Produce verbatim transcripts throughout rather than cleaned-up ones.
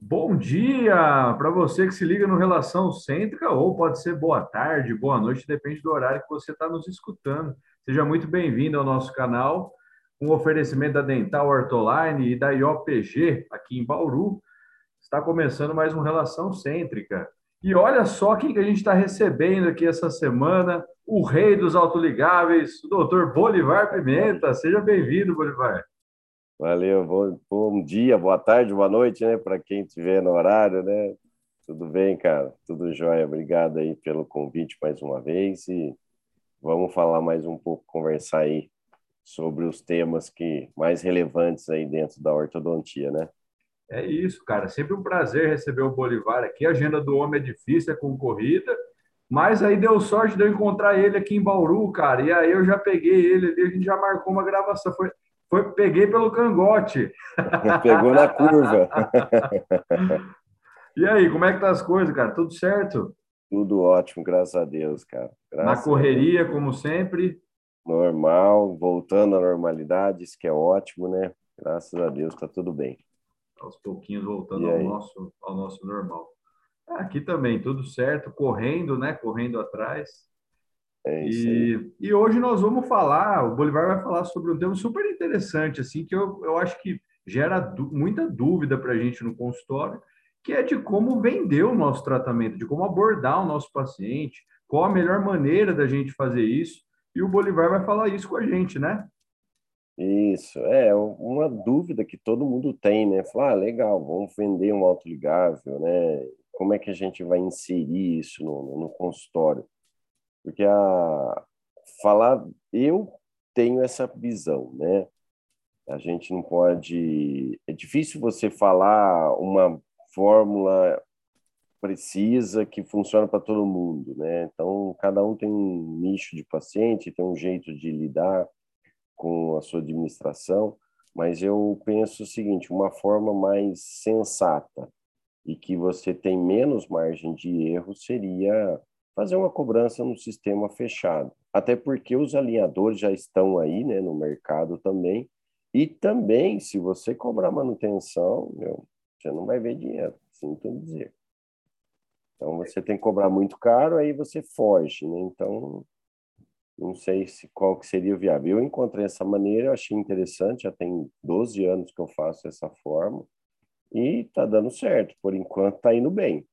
Bom dia para você que se liga no Relação Cêntrica, ou pode ser boa tarde, boa noite, depende do horário que você está nos escutando. Seja muito bem-vindo ao nosso canal, um oferecimento da Dental Ortoline e da I O P G aqui em Bauru. Está começando mais um Relação Cêntrica. E olha só quem que a gente está recebendo aqui essa semana, o rei dos autoligáveis, o doutor Bolivar Pimenta. Seja bem-vindo, Bolivar. Valeu, bom, bom dia, boa tarde, boa noite, né? Para quem estiver no horário, né? Tudo bem, cara? Tudo jóia. Obrigado aí pelo convite mais uma vez e vamos falar mais um pouco, conversar aí sobre os temas que mais relevantes aí dentro da ortodontia, né? É isso, cara. Sempre um prazer receber o Bolivar aqui. A agenda do homem é difícil, é concorrida, mas aí deu sorte de eu encontrar ele aqui em Bauru, cara. E aí eu já peguei ele ali, a gente já marcou uma gravação. Foi, foi, peguei pelo cangote. Pegou na curva. E aí, como é que tá as coisas, cara? Tudo certo? Tudo ótimo, graças a Deus, cara. Na Graças a Deus. correria, como sempre. Normal, voltando à normalidade, isso que é ótimo, né? Graças a Deus, tá tudo bem. Aos pouquinhos voltando E ao aí? nosso, ao nosso normal. Aqui também, tudo certo, correndo, né? Correndo atrás. É isso aí. E, e hoje nós vamos falar, o Bolivar vai falar sobre um tema super interessante, assim, que eu, eu acho que gera du- muita dúvida para a gente no consultório, que é de como vender o nosso tratamento, de como abordar o nosso paciente, qual a melhor maneira da gente fazer isso. E o Bolivar vai falar isso com a gente, né? Isso, é uma dúvida que todo mundo tem, né? Falar, ah, legal, vamos vender um autoligável, né? Como é que a gente vai inserir isso no, no consultório? Porque a falar, eu tenho essa visão, né? A gente não pode, é difícil você falar uma fórmula precisa que funciona para todo mundo, né? Então, cada um tem um nicho de paciente, tem um jeito de lidar com a sua administração, mas eu penso o seguinte, uma forma mais sensata e que você tem menos margem de erro seria fazer uma cobrança no sistema fechado. Até porque os alinhadores já estão aí, né, no mercado também. E também, se você cobrar manutenção, meu, você não vai ver dinheiro, sinto dizer. Então, você tem que cobrar muito caro, aí você foge, né? Então, não sei se qual que seria viável. Eu encontrei essa maneira, eu achei interessante, já tem doze anos que eu faço dessa forma e está dando certo. Por enquanto, está indo bem.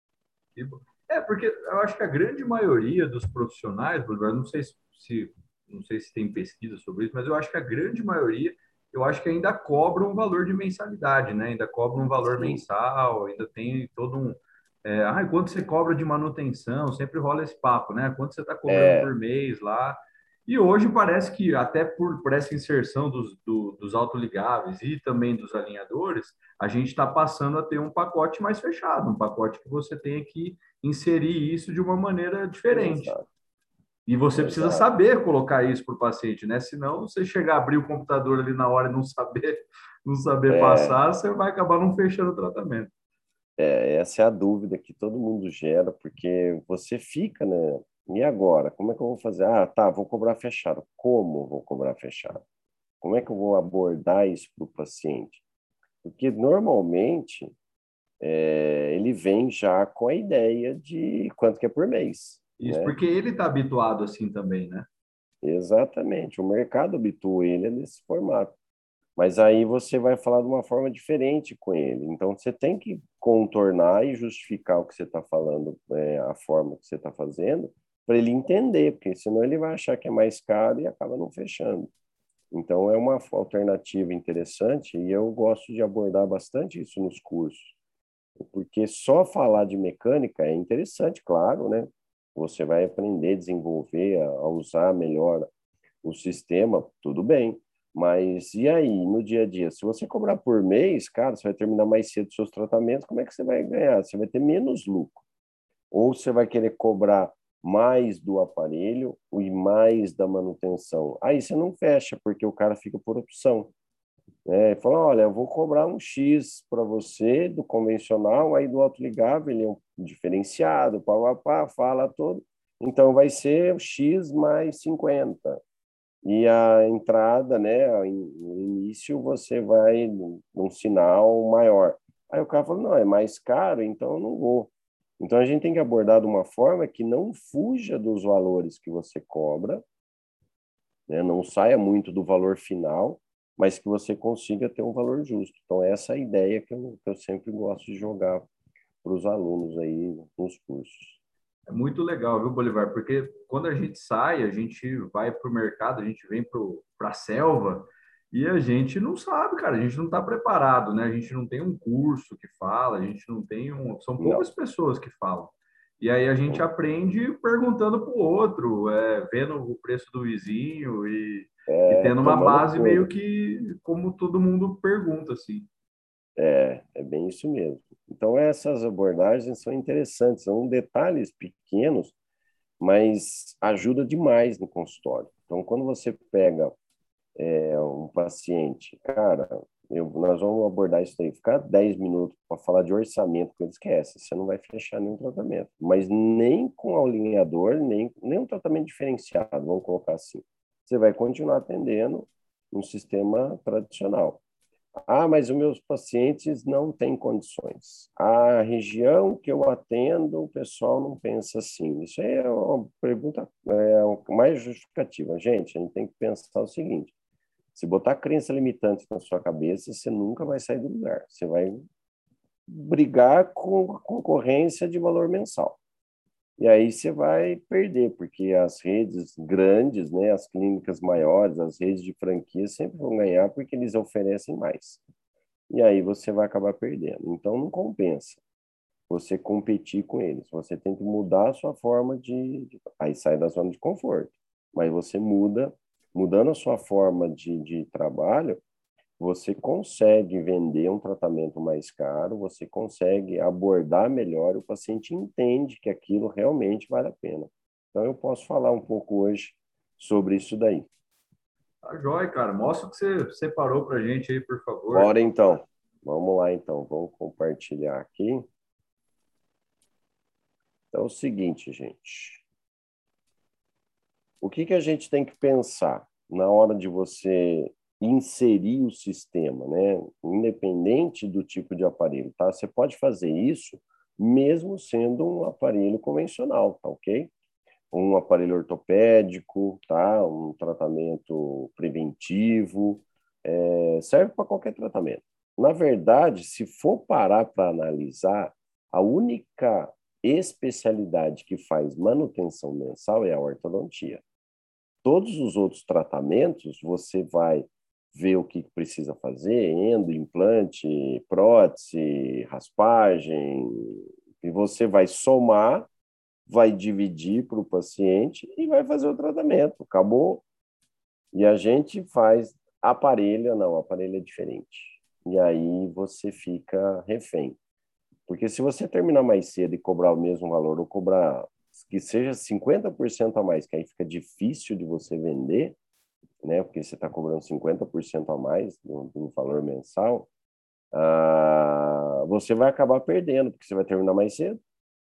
É, porque eu acho que a grande maioria dos profissionais, Bolivar, não sei se, se- não sei se tem pesquisa sobre isso, mas eu acho que a grande maioria, eu acho que ainda cobra um valor de mensalidade, né? Ainda cobra um valor Sim, mensal, ainda tem todo um. É, ah, quanto você cobra de manutenção? Sempre rola esse papo, né? Quanto você está cobrando por é, mês lá? E hoje parece que, até por, por essa inserção dos, do, dos autoligáveis e também dos alinhadores, a gente está passando a ter um pacote mais fechado, um pacote que você tem que inserir isso de uma maneira diferente. exato, E você precisa exato. saber colocar isso para o paciente, né? Senão, você chegar a abrir o computador ali na hora e não saber, não saber É, passar, você vai acabar não fechando o tratamento. é, essa é a dúvida que todo mundo gera, porque você fica, né? E agora? Como é que eu vou fazer? Ah, tá, vou cobrar fechado. Como vou cobrar fechado? Como é que eu vou abordar isso para o paciente? Porque normalmente é, ele vem já com a ideia de quanto que é por mês, Isso né? porque ele está habituado assim também, né? Exatamente. O mercado habitua ele nesse formato. Mas aí você vai falar de uma forma diferente com ele. Então você tem que contornar e justificar o que você está falando, é, a forma que você está fazendo, para ele entender, porque senão ele vai achar que é mais caro e acaba não fechando. Então é uma alternativa interessante e eu gosto de abordar bastante isso nos cursos, porque só falar de mecânica é interessante, claro, né? Você vai aprender a desenvolver, a usar melhor o sistema, tudo bem. Mas e aí, no dia a dia? Se você cobrar por mês, cara, você vai terminar mais cedo os seus tratamentos, como é que você vai ganhar? Você vai ter menos lucro. Ou você vai querer cobrar mais do aparelho e mais da manutenção. Aí você não fecha, porque o cara fica por opção. É, fala, olha, eu vou cobrar um X para você do convencional, aí do autoligável ele é um diferenciado, pá, pá, pá, fala todo. Então vai ser o X mais cinquenta. E a entrada, né, no início você vai num sinal maior. Aí o cara falou, não, é mais caro, então eu não vou. Então a gente tem que abordar de uma forma que não fuja dos valores que você cobra, né? Não saia muito do valor final, mas que você consiga ter um valor justo. Então essa é a ideia que eu, que eu sempre gosto de jogar para os alunos aí nos cursos. É muito legal, viu, Bolivar? Porque quando a gente sai, a gente vai para o mercado, a gente vem para a selva e a gente não sabe, cara, a gente não está preparado, né? A gente não tem um curso que fala, a gente não tem um. São poucas Não, pessoas que falam. E aí a gente não. aprende perguntando para o outro, é, vendo o preço do vizinho e, e É, tendo uma tomando base meio conta. que como todo mundo pergunta, assim. É, é bem isso mesmo. Então essas abordagens são interessantes, são detalhes pequenos, mas ajuda demais no consultório. Então quando você pega é, um paciente, cara, eu, nós vamos abordar isso aí, ficar dez minutos para falar de orçamento com ele, esquece, você não vai fechar nenhum tratamento, mas nem com alinhador, nem, nem um tratamento diferenciado, vamos colocar assim. Você vai continuar atendendo um sistema tradicional. Ah, mas os meus pacientes não têm condições. A região que eu atendo, o pessoal não pensa assim. Isso aí é uma pergunta é, mais justificativa. Gente, a gente tem que pensar o seguinte: se botar crença limitante na sua cabeça, você nunca vai sair do lugar. Você vai brigar com a concorrência de valor mensal. E aí você vai perder, porque as redes grandes, né, as clínicas maiores, as redes de franquia sempre vão ganhar porque eles oferecem mais. E aí você vai acabar perdendo. Então não compensa você competir com eles. Você tem que mudar a sua forma de, de aí sai da zona de conforto. Mas você muda, mudando a sua forma de, de trabalho, você consegue vender um tratamento mais caro, você consegue abordar melhor, o paciente entende que aquilo realmente vale a pena. Então, eu posso falar um pouco hoje sobre isso daí. Tá joia, cara. Mostra o que você separou pra gente aí, por favor. Bora então. Vamos lá então, vamos compartilhar aqui. Então, é o seguinte, gente. O que que a gente tem que pensar na hora de você inserir o sistema, né? Independente do tipo de aparelho, tá? Você pode fazer isso mesmo sendo um aparelho convencional, tá ok? Um aparelho ortopédico, tá? Um tratamento preventivo, é, serve para qualquer tratamento. Na verdade, se for parar para analisar, a única especialidade que faz manutenção mensal é a ortodontia. Todos os outros tratamentos, você vai ver o que precisa fazer, endo, implante, prótese, raspagem, e você vai somar, vai dividir para o paciente e vai fazer o tratamento. Acabou. E a gente faz aparelho, não, aparelho é diferente. E aí você fica refém. Porque se você terminar mais cedo e cobrar o mesmo valor, ou cobrar que seja cinquenta por cento a mais, que aí fica difícil de você vender, né? Porque você está cobrando cinquenta por cento a mais no, no valor mensal, ah, você vai acabar perdendo, porque você vai terminar mais cedo.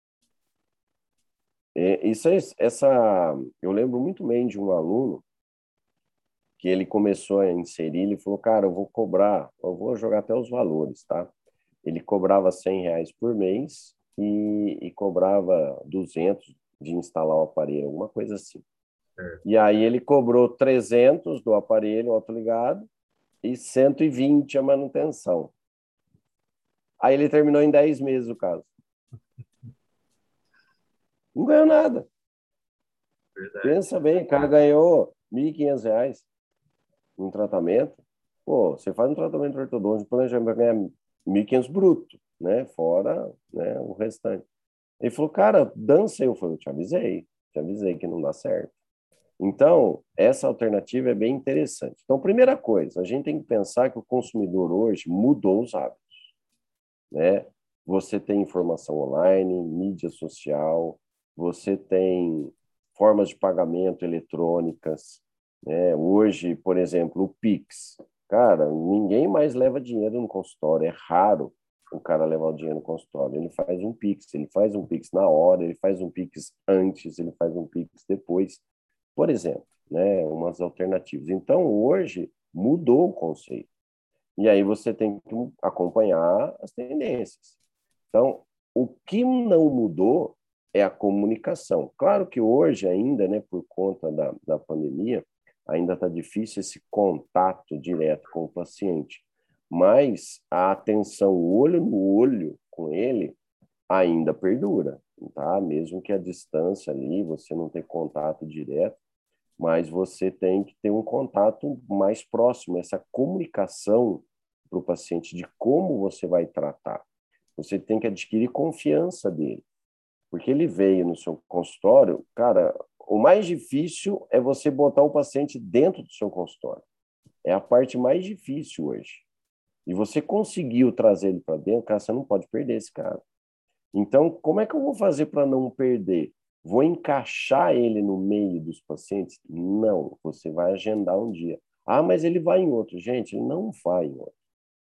E, isso é, essa, eu lembro muito bem de um aluno que ele começou a inserir, ele falou, cara, eu vou cobrar, eu vou jogar até os valores, tá? Ele cobrava cem reais por mês e, e cobrava duzentos de instalar o aparelho, alguma coisa assim. E aí ele cobrou trezentos do aparelho autoligado e cento e vinte a manutenção. Aí ele terminou em dez meses o caso. Não ganhou nada. Verdade. Pensa bem, o cara ganhou mil e quinhentos reais um tratamento. Pô, você faz um tratamento ortodôntico, o planejamento vai ganhar mil e quinhentos bruto, né? Fora, né, o restante. Ele falou, cara, dança. Eu falei, eu te avisei, te avisei que não dá certo. Então, essa alternativa é bem interessante. Então, primeira coisa, a gente tem que pensar que o consumidor hoje mudou os hábitos, né? Você tem informação online, mídia social, você tem formas de pagamento eletrônicas, né? Hoje, por exemplo, o Pix. Cara, ninguém mais leva dinheiro no consultório, é raro o cara levar o dinheiro no consultório. Ele faz um Pix, ele faz um Pix na hora, ele faz um Pix antes, ele faz um Pix depois, por exemplo, né? Umas alternativas. Então, hoje, mudou o conceito. E aí você tem que acompanhar as tendências. Então, o que não mudou é a comunicação. Claro que hoje ainda, né, por conta da, da pandemia, ainda está difícil esse contato direto com o paciente, mas a atenção olho no olho com ele ainda perdura, tá? Mesmo que a distância ali, você não tem contato direto, mas você tem que ter um contato mais próximo, essa comunicação para o paciente de como você vai tratar. Você tem que adquirir confiança dele, porque ele veio no seu consultório, cara, o mais difícil é você botar o paciente dentro do seu consultório. É a parte mais difícil hoje. E você conseguiu trazer ele para dentro, cara, você não pode perder esse cara. Então, como é que eu vou fazer para não perder? Vou encaixar ele no meio dos pacientes? Não, você vai agendar um dia. Ah, mas ele vai em outro. Gente, ele não vai em outro.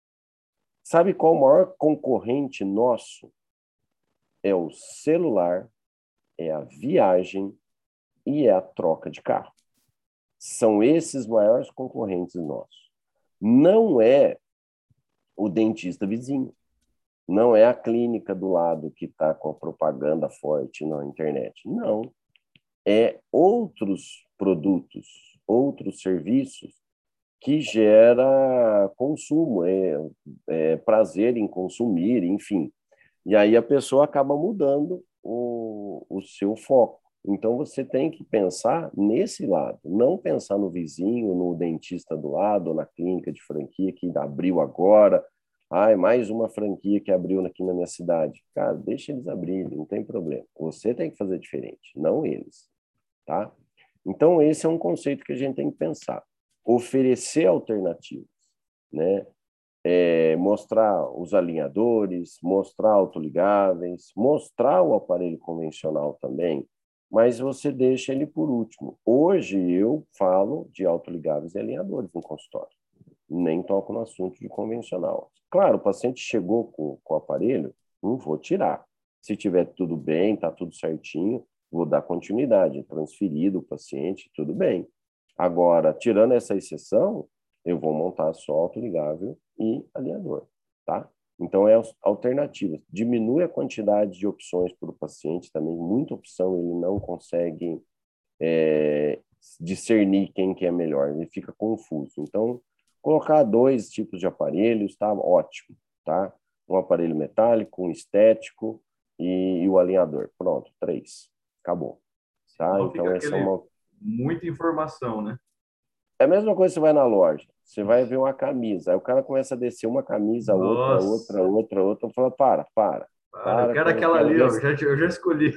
Sabe qual o maior concorrente nosso? É o celular, é a viagem e é a troca de carro. São esses maiores concorrentes nossos. Não é o dentista vizinho. Não é a clínica do lado que está com a propaganda forte na internet. Não. É outros produtos, outros serviços que gera consumo, é, é prazer em consumir, enfim. E aí a pessoa acaba mudando o, o seu foco. Então você tem que pensar nesse lado, não pensar no vizinho, no dentista do lado, na clínica de franquia que abriu agora. Ai, mais uma franquia que abriu aqui na minha cidade. Cara, deixa eles abrirem, não tem problema. Você tem que fazer diferente, não eles, tá? Então esse é um conceito que a gente tem que pensar. Oferecer alternativas, né? É, mostrar os alinhadores, mostrar autoligáveis, mostrar o aparelho convencional também, mas você deixa ele por último. Hoje eu falo de autoligáveis e alinhadores no consultório, nem toco no assunto de convencional. Claro, o paciente chegou com, com o aparelho, não vou tirar. Se tiver tudo bem, está tudo certinho, vou dar continuidade, transferido o paciente, tudo bem. Agora, tirando essa exceção, eu vou montar só autoligável e alinhador, tá? Então, é alternativas. Diminui a quantidade de opções para o paciente também, muita opção ele não consegue é, discernir quem que é melhor, ele fica confuso. Então, colocar dois tipos de aparelhos, tá ótimo, tá? Um aparelho metálico, um estético e, e o alinhador. Pronto, três. Acabou, tá? Senão Então, fica essa é aquele uma... muita informação, né? É a mesma coisa que você vai na loja. Você vai ver uma camisa, aí o cara começa a descer uma camisa, outra, Nossa, outra, outra, outra. Fala, para, para, cara, eu para, quero que eu aquela quero ali, ver. ó, eu já, eu já escolhi.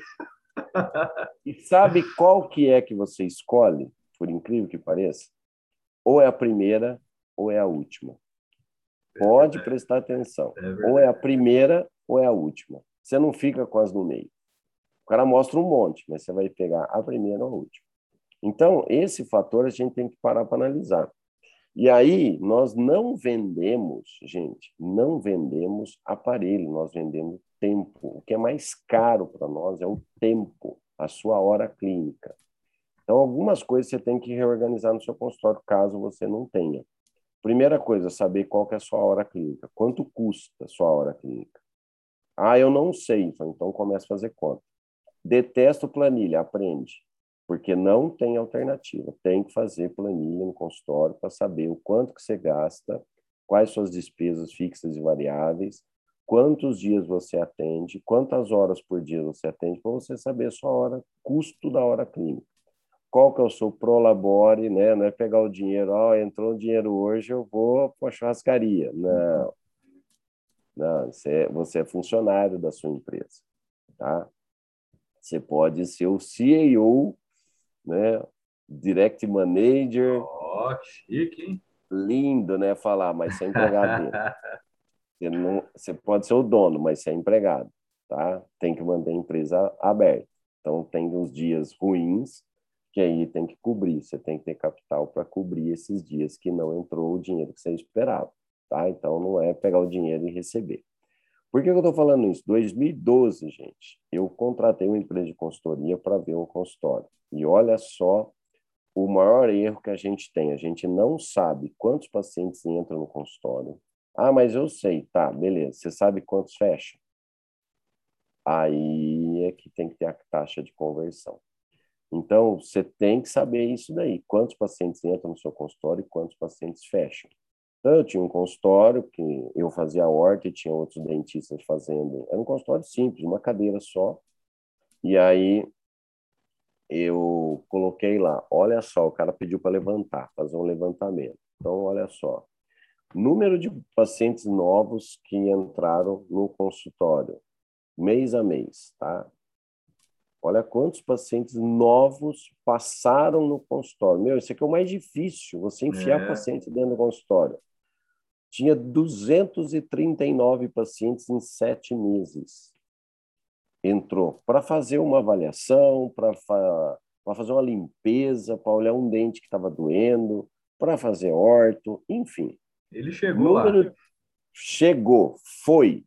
E sabe qual que é que você escolhe, por incrível que pareça? Ou é a primeira, ou é a última. É Pode verdade, prestar atenção. é Ou é a verdade. primeira, ou é a última. Você não fica com as no meio. O cara mostra um monte, mas você vai pegar a primeira ou a última. Então, esse fator a gente tem que parar para analisar. E aí, nós não vendemos, gente, não vendemos aparelho, nós vendemos tempo. O que é mais caro para nós é o tempo, a sua hora clínica. Então, algumas coisas você tem que reorganizar no seu consultório, caso você não tenha. Primeira coisa, saber qual que é a sua hora clínica. Quanto custa a sua hora clínica? Ah, eu não sei. Então, comece a fazer conta. Detesto planilha, aprende. Porque não tem alternativa. Tem que fazer planilha no consultório para saber o quanto que você gasta, quais suas despesas fixas e variáveis, quantos dias você atende, quantas horas por dia você atende, para você saber a sua hora, custo da hora clínica. Qual que é o seu prolabore, né? Não é pegar o dinheiro, ó, oh, entrou o dinheiro hoje, eu vou para a churrascaria. Não, não, você é, você é funcionário da sua empresa, tá? Você pode ser o C E O, né? Direct Manager, Ó, que chique, hein? lindo, né? Falar, mas você é empregado dele. Você, não, você pode ser o dono, mas você é empregado, tá? Tem que manter a empresa aberta. Então, tem uns dias ruins que aí tem que cobrir. Você tem que ter capital para cobrir esses dias que não entrou o dinheiro que você esperava, tá? Então, não é pegar o dinheiro e receber. Por que eu estou falando isso? dois mil e doze, gente, eu contratei uma empresa de consultoria para ver um consultório. E olha só o maior erro que a gente tem. A gente não sabe quantos pacientes entram no consultório. Ah, mas eu sei. Tá, beleza. Você sabe quantos fecham? Aí é que tem que ter a taxa de conversão. Então, você tem que saber isso daí. Quantos pacientes entram no seu consultório e quantos pacientes fecham. Então, eu tinha um consultório que eu fazia horta e tinha outros dentistas fazendo. Era um consultório simples, uma cadeira só. E aí eu coloquei lá, olha só, o cara pediu para levantar, fazer um levantamento. Então, olha só, número de pacientes novos que entraram no consultório, mês a mês, tá? Olha quantos pacientes novos passaram no consultório. Meu, isso aqui é o mais difícil, você enfiar É, paciente dentro do consultório. Tinha duzentos e trinta e nove pacientes em sete meses. Entrou para fazer uma avaliação, para fa fazer uma limpeza, para olhar um dente que estava doendo, para fazer orto, enfim. ele chegou lá. Número chegou, foi.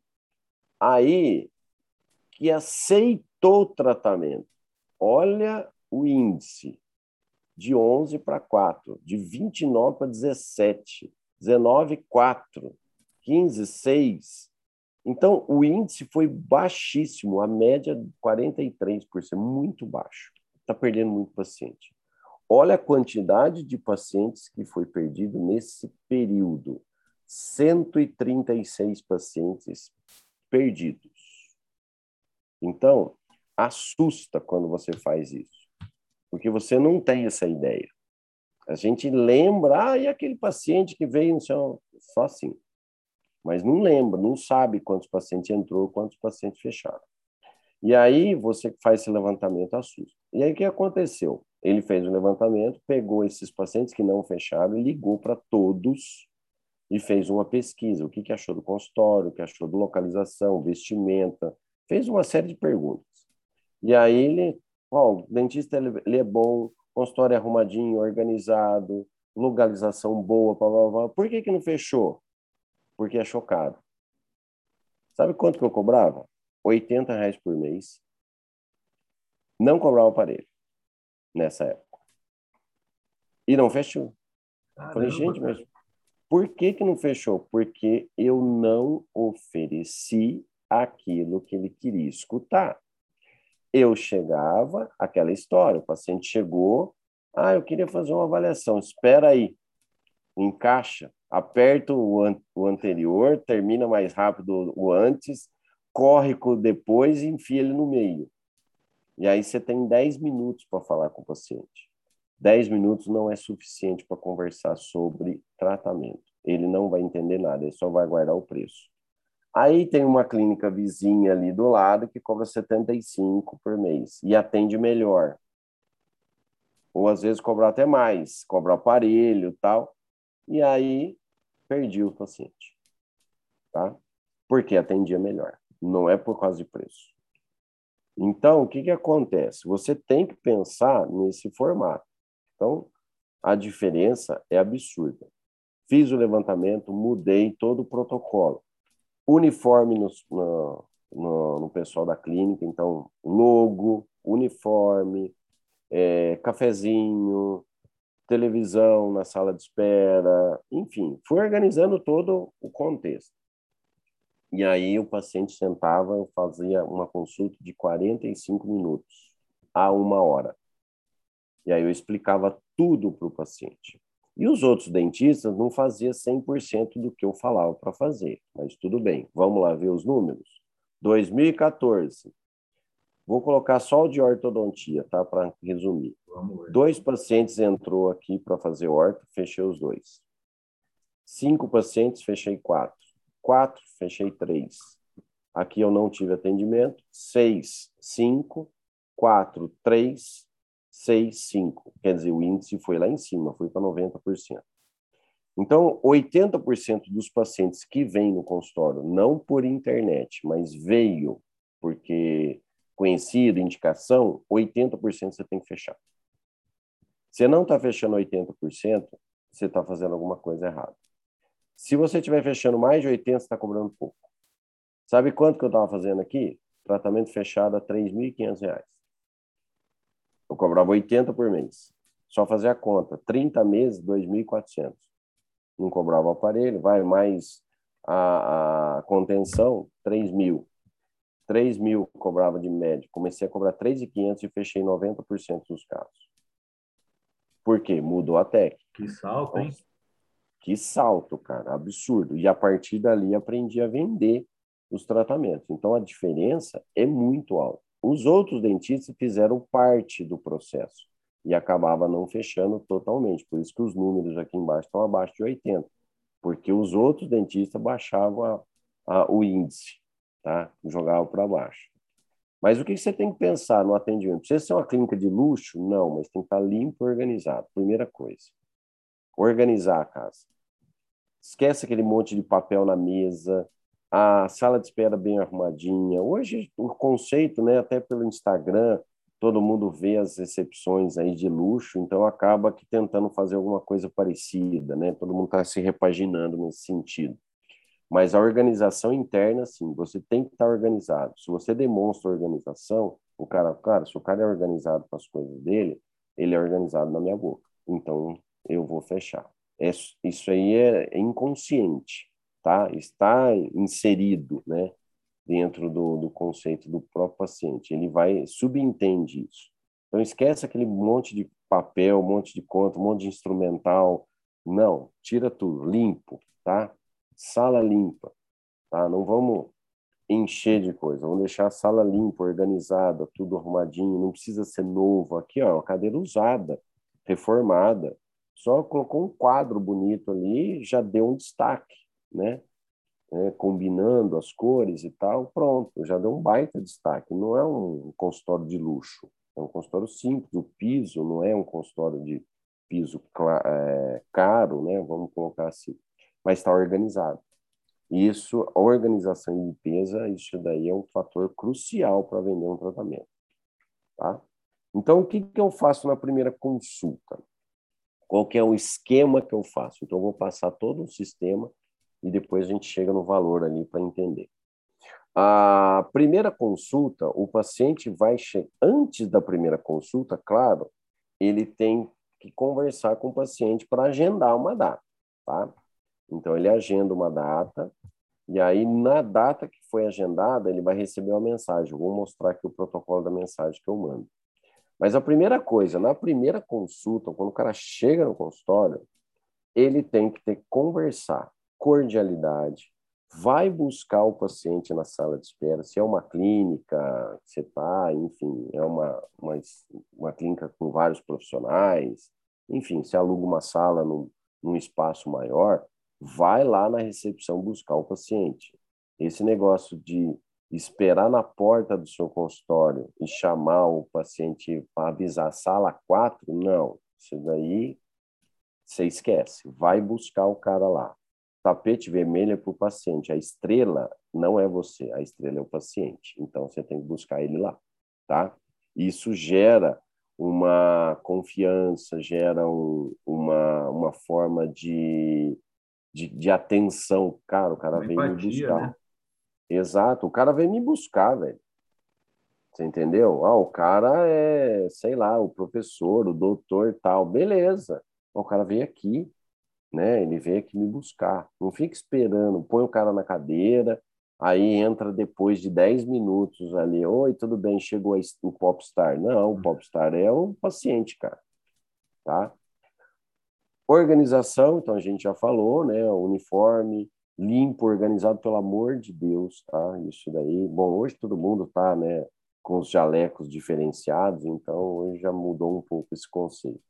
Aí que aceitou o tratamento. Olha o índice de onze para quatro, de vinte e nove para dezessete, dezenove, quatro, quinze, seis. Então, o índice foi baixíssimo, a média quarenta e três por cento, muito baixo. Está perdendo muito paciente. Olha a quantidade de pacientes que foi perdido nesse período. cento e trinta e seis pacientes perdidos. Então, assusta quando você faz isso, porque você não tem essa ideia. A gente lembra, ah, e aquele paciente que veio no seu... Só assim. Mas não lembra, não sabe quantos pacientes entrou, quantos pacientes fecharam. E aí você faz esse levantamento, assusta. E aí o que aconteceu? Ele fez o levantamento, pegou esses pacientes que não fecharam e ligou para todos e fez uma pesquisa. O que, que achou do consultório, o que achou de localização, vestimenta, fez uma série de perguntas. E aí ele, ó, o dentista ele, ele é bom, consultório é arrumadinho, organizado, localização boa, blá, blá, blá. Por que que não fechou? Porque é chocado. Sabe quanto que eu cobrava? oitenta reais por mês. Não cobrava aparelho nessa época. E não fechou. Falei, Caramba, gente, mas cara. por que que não fechou? Porque eu não ofereci aquilo que ele queria escutar. Eu chegava, aquela história, o paciente chegou, ah, eu queria fazer uma avaliação, espera aí, encaixa, aperta o, an o anterior, termina mais rápido o antes, corre com o depois e enfia ele no meio. E aí você tem dez minutos para falar com o paciente. dez minutos não é suficiente para conversar sobre tratamento. Ele não vai entender nada, ele só vai guardar o preço. Aí tem uma clínica vizinha ali do lado que cobra setenta e cinco por mês e atende melhor. Ou às vezes cobra até mais, cobra aparelho e tal. E aí perdi o paciente, tá? Porque atendia melhor. Não é por causa de preço. Então, o que que acontece? Você tem que pensar nesse formato. Então, a diferença é absurda. Fiz o levantamento, mudei todo o protocolo. Uniforme no, no, no, no pessoal da clínica, então, logo, uniforme, é, cafezinho, televisão na sala de espera, enfim, fui organizando todo o contexto. E aí o paciente sentava, eu fazia uma consulta de quarenta e cinco minutos a uma hora. E aí eu explicava tudo para o paciente. E os outros dentistas não faziam cem por cento do que eu falava para fazer, mas tudo bem. Vamos lá ver os números? dois mil e quatorze. Vou colocar só o de ortodontia, tá? Para resumir. Vamos ver. Dois pacientes entrou aqui para fazer orto, fechei os dois. Cinco pacientes, fechei quatro. Quatro, fechei três. Aqui eu não tive atendimento. Seis, cinco. Quatro, três. Seis, cinco. Quer dizer, o índice foi lá em cima, foi para noventa por cento. Então, oitenta por cento dos pacientes que vêm no consultório, não por internet, mas veio porque conhecido, indicação, oitenta por cento você tem que fechar. Se não está fechando oitenta por cento, você está fazendo alguma coisa errada. Se você estiver fechando mais de oitenta por cento, você está cobrando pouco. Sabe quanto que eu estava fazendo aqui? Tratamento fechado a três mil e quinhentos reais. Eu cobrava oitenta por mês. Só fazer a conta. trinta meses, dois mil e quatrocentos. Não cobrava o aparelho, vai mais a, a contenção, três mil. três mil cobrava de média. Comecei a cobrar três mil e quinhentos e fechei noventa por cento dos carros. Por quê? Mudou a técnica. Que salto, hein? Que salto, cara, absurdo. E a partir dali aprendi a vender os tratamentos. Então a diferença é muito alta. Os outros dentistas fizeram parte do processo e acabava não fechando totalmente. Por isso que os números aqui embaixo estão abaixo de oitenta, porque os outros dentistas baixavam a, a, o índice, tá? Jogavam para baixo. Mas o que você tem que pensar no atendimento? Precisa ser uma clínica de luxo? Não, mas tem que estar limpo e organizado. Primeira coisa. Organizar a casa. Esquece aquele monte de papel na mesa, a sala de espera bem arrumadinha. Hoje, o conceito, né, até pelo Instagram, todo mundo vê as recepções aí de luxo, então acaba que tentando fazer alguma coisa parecida, né? Todo mundo está se repaginando nesse sentido. Mas a organização interna, sim, você tem que estar organizado. Se você demonstra organização, o cara, cara, se o cara é organizado com as coisas dele, ele é organizado na minha boca. Então, eu vou fechar. É, isso aí é, é inconsciente, tá? Está inserido, né, dentro do, do conceito do próprio paciente. Ele vai, subentende isso. Então, esquece aquele monte de papel, um monte de conta, um monte de instrumental. Não, tira tudo, limpo, tá? Sala limpa, tá? Não vamos encher de coisa, vamos deixar a sala limpa, organizada, tudo arrumadinho, não precisa ser novo. Aqui, ó, cadeira usada, reformada, só colocou um quadro bonito ali, já deu um destaque, né? É, combinando as cores e tal, pronto, já deu um baita destaque. Não é um consultório de luxo, é um consultório simples, o piso não é um consultório de piso é, caro, né? Vamos colocar assim, mas está organizado. Isso, a organização e limpeza, isso daí é um fator crucial para vender um tratamento, tá? Então, o que, que eu faço na primeira consulta? Qual que é o esquema que eu faço? Então, eu vou passar todo um sistema e depois a gente chega no valor ali para entender. A primeira consulta, o paciente vai chegar, antes da primeira consulta, claro, ele tem que conversar com o paciente para agendar uma data, tá? Então, ele agenda uma data, e aí, na data que foi agendada, ele vai receber uma mensagem. Eu vou mostrar aqui o protocolo da mensagem que eu mando. Mas a primeira coisa, na primeira consulta, quando o cara chega no consultório, ele tem que ter que conversar, cordialidade, vai buscar o paciente na sala de espera, se é uma clínica, você está, enfim, é uma, uma, uma clínica com vários profissionais, enfim, se aluga uma sala num, num espaço maior, vai lá na recepção buscar o paciente. Esse negócio de esperar na porta do seu consultório e chamar o paciente para avisar sala quatro, não. Isso daí você esquece. Vai buscar o cara lá. Tapete vermelho é para o paciente. A estrela não é você, a estrela é o paciente. Então você tem que buscar ele lá, tá? Isso gera uma confiança, gera um, uma, uma forma de de, de atenção. Cara, o cara Uma veio me empatia, buscar. né? Exato, o cara veio me buscar, velho. Você entendeu? Ah, o cara é, sei lá, o professor, o doutor tal. Beleza. O cara veio aqui, né? Ele veio aqui me buscar. Não fica esperando, põe o cara na cadeira, aí entra depois de dez minutos ali. Oi, tudo bem, chegou o popstar. Não, o popstar é o paciente, cara. Tá? Organização, então a gente já falou, né? O uniforme, limpo, organizado, pelo amor de Deus, tá? Isso daí. Bom, hoje todo mundo tá, né, com os jalecos diferenciados, então hoje já mudou um pouco esse conceito.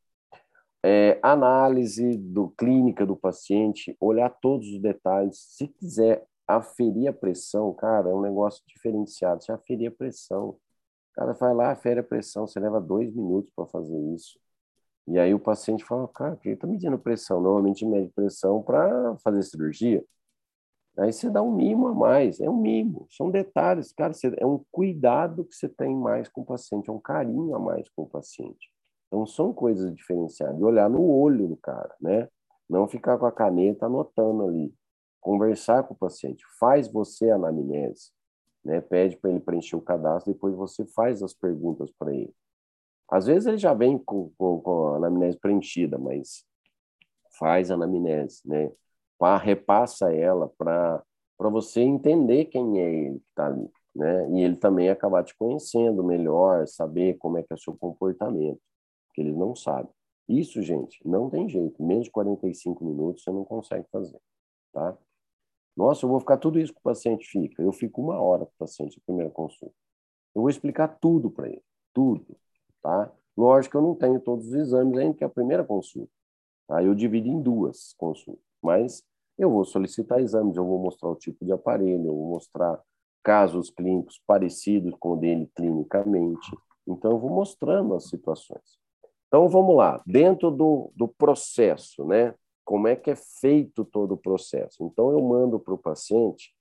É, análise do clínica do paciente, olhar todos os detalhes. Se quiser aferir a pressão, cara, é um negócio diferenciado. Você aferir a pressão. O cara vai lá, afere a pressão, você leva dois minutos para fazer isso. E aí o paciente fala, cara, por que está medindo pressão? Normalmente mede pressão para fazer cirurgia. Aí você dá um mimo a mais, é um mimo, são detalhes, cara, você, é um cuidado que você tem mais com o paciente, é um carinho a mais com o paciente. Então são coisas diferenciadas, e olhar no olho do cara, né? Não ficar com a caneta anotando ali. Conversar com o paciente, faz você a anamnese, né? Pede para ele preencher o cadastro, depois você faz as perguntas para ele. Às vezes ele já vem com, com, com a anamnese preenchida, mas faz a anamnese, né? Pá, repassa ela para para você entender quem é ele que está ali, né? E ele também acabar te conhecendo melhor, saber como é que é o seu comportamento, porque eles não sabem. Isso, gente, não tem jeito. Menos de quarenta e cinco minutos você não consegue fazer, tá? Nossa, eu vou ficar tudo isso que o paciente fica. Eu fico uma hora com o paciente, a primeira consulta. Eu vou explicar tudo para ele, tudo, tá? Lógico que eu não tenho todos os exames ainda, que é a primeira consulta. Tá? Eu divido em duas consultas, mas eu vou solicitar exames, eu vou mostrar o tipo de aparelho, eu vou mostrar casos clínicos parecidos com o dele clinicamente. Então, eu vou mostrando as situações. Então, vamos lá. Dentro do, do processo, né? Como é que é feito todo o processo? Então, eu mando para o paciente,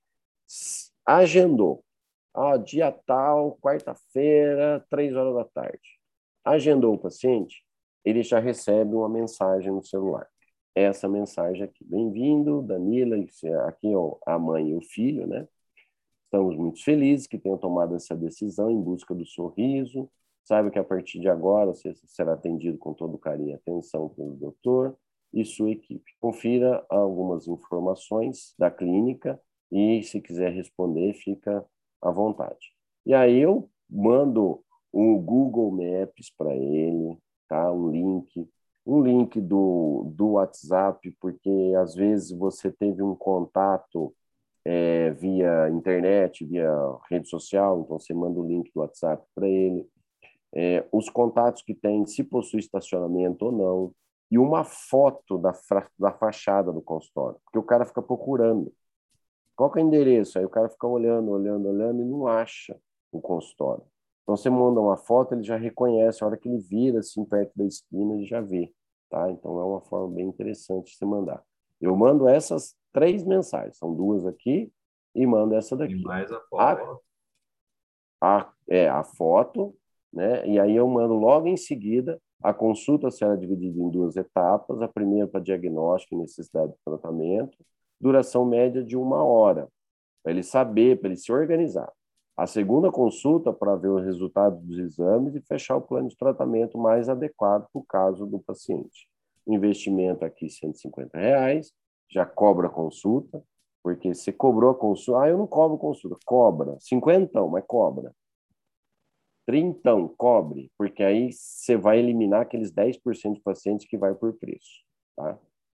agendou. Ah, dia tal, quarta-feira, três horas da tarde. Agendou o paciente, ele já recebe uma mensagem no celular. Essa mensagem aqui. Bem-vindo, Danila, aqui é a mãe e o filho, né? Estamos muito felizes que tenham tomado essa decisão em busca do sorriso. Saiba que a partir de agora você será atendido com todo carinho e atenção pelo doutor e sua equipe. Confira algumas informações da clínica e, se quiser responder, fica à vontade. E aí eu mando um Google Maps para ele, tá? Um link, um link do, do WhatsApp, porque às vezes você teve um contato é, via internet, via rede social, então você manda o link do WhatsApp para ele, é, os contatos que tem, se possui estacionamento ou não, e uma foto da, da fachada do consultório, porque o cara fica procurando. Qual que é o endereço? Aí o cara fica olhando, olhando, olhando e não acha o consultório. Então você manda uma foto, ele já reconhece, a hora que ele vira assim perto da esquina, ele já vê, tá? Então é uma forma bem interessante de você mandar. Eu mando essas três mensagens, são duas aqui, e mando essa E daqui. mais a A, foto. a, é, a foto, né? E aí eu mando logo em seguida, a consulta será dividida em duas etapas, a primeira para diagnóstico e necessidade de tratamento, duração média de uma hora, para ele saber, para ele se organizar. A segunda consulta para ver o resultado dos exames e fechar o plano de tratamento mais adequado para o caso do paciente. Investimento aqui cento e cinquenta reais, já cobra a consulta, porque você cobrou a consulta, ah, eu não cobro consulta, cobra, cinquentão, mas cobra. Trintão, cobre, porque aí você vai eliminar aqueles dez por cento de pacientes que vai por preço, tá?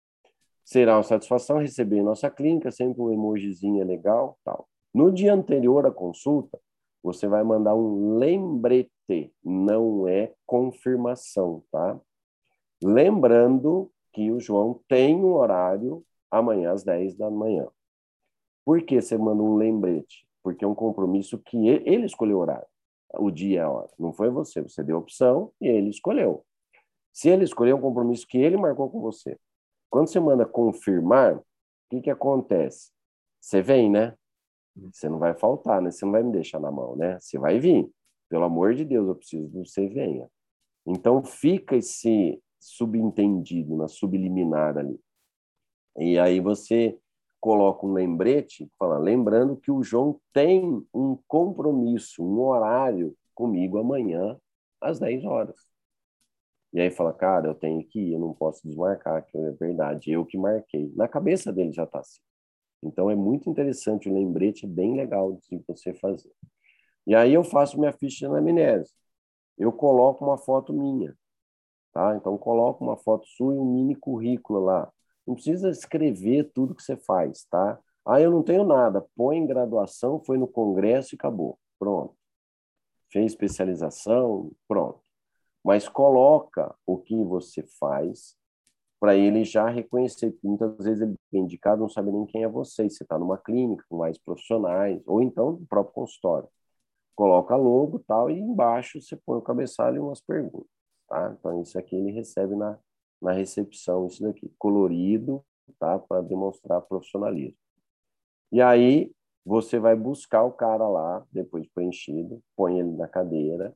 Será uma satisfação receber em nossa clínica, sempre um emojizinho é legal, tal. No dia anterior à consulta, você vai mandar um lembrete, não é confirmação, tá? Lembrando que o João tem um horário amanhã às dez da manhã. Por que você manda um lembrete? Porque é um compromisso que ele escolheu o horário, o dia e a hora. Não foi você, você deu a opção e ele escolheu. Se ele escolheu um compromisso que ele marcou com você. Quando você manda confirmar, o que, que acontece? Você vem, né? Você não vai faltar, né? Você não vai me deixar na mão, né? Você vai vir. Pelo amor de Deus, eu preciso que você venha. Então, fica esse subentendido, na subliminar ali. E aí você coloca um lembrete, fala, lembrando que o João tem um compromisso, um horário comigo amanhã, às dez horas. E aí fala, cara, eu tenho que ir, eu não posso desmarcar, que é verdade, eu que marquei. Na cabeça dele já está assim. Então é muito interessante, o lembrete é bem legal de você fazer. E aí eu faço minha ficha de anamnese. Eu coloco uma foto minha, tá? Então coloco uma foto sua e um mini currículo lá. Não precisa escrever tudo que você faz, tá? Ah, eu não tenho nada. Põe em graduação, foi no congresso e acabou. Pronto. Fez especialização, pronto. Mas coloca o que você faz para ele já reconhecer, porque muitas vezes ele é indicado, não sabe nem quem é você, você está numa clínica com mais profissionais, ou então no próprio consultório. Coloca logo e tal, e embaixo você põe o cabeçalho e umas perguntas, tá? Então isso aqui ele recebe na, na recepção, isso daqui, colorido, tá? Para demonstrar profissionalismo. E aí você vai buscar o cara lá, depois de preenchido, põe ele na cadeira,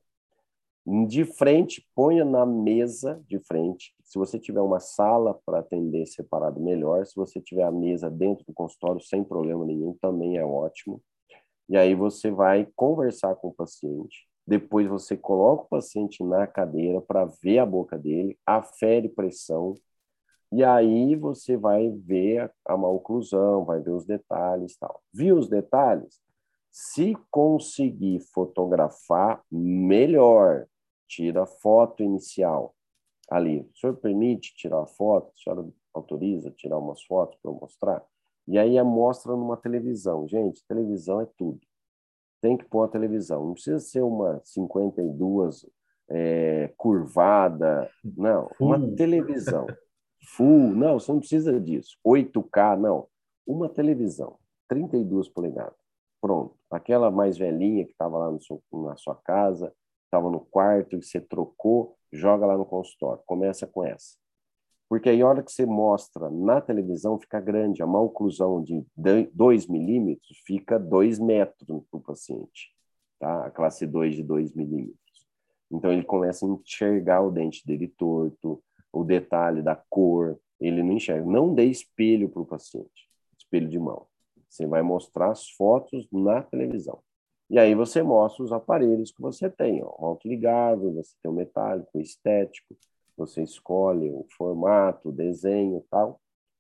de frente, ponha na mesa de frente. Se você tiver uma sala para atender separado, melhor. Se você tiver a mesa dentro do consultório, sem problema nenhum, também é ótimo. E aí você vai conversar com o paciente. Depois você coloca o paciente na cadeira para ver a boca dele, afere pressão, e aí você vai ver a, a maloclusão, vai ver os detalhes e tal. Viu os detalhes? Se conseguir fotografar, melhor. Tira a foto inicial ali. O senhor permite tirar a foto? A senhora autoriza tirar umas fotos para eu mostrar? E aí mostra numa televisão. Gente, televisão é tudo. Tem que pôr a televisão. Não precisa ser uma cinquenta e duas é, curvada. Não, uma Full. televisão. Full. Não, você não precisa disso. oito K, não. Uma televisão. trinta e duas polegadas. Pronto. Aquela mais velhinha que estava lá no seu, na sua casa, estava no quarto, que você trocou, joga lá no consultório. Começa com essa. Porque aí, a hora que você mostra na televisão, fica grande. A maloclusão de dois milímetros fica dois metros para o paciente. Tá? A classe dois de dois milímetros. Então, ele começa a enxergar o dente dele torto, o detalhe da cor, ele não enxerga. Não dê espelho para o paciente, espelho de mão. Você vai mostrar as fotos na televisão. E aí você mostra os aparelhos que você tem. Ó, o autoligável, você tem o metálico, o estético, você escolhe o formato, o desenho e tal.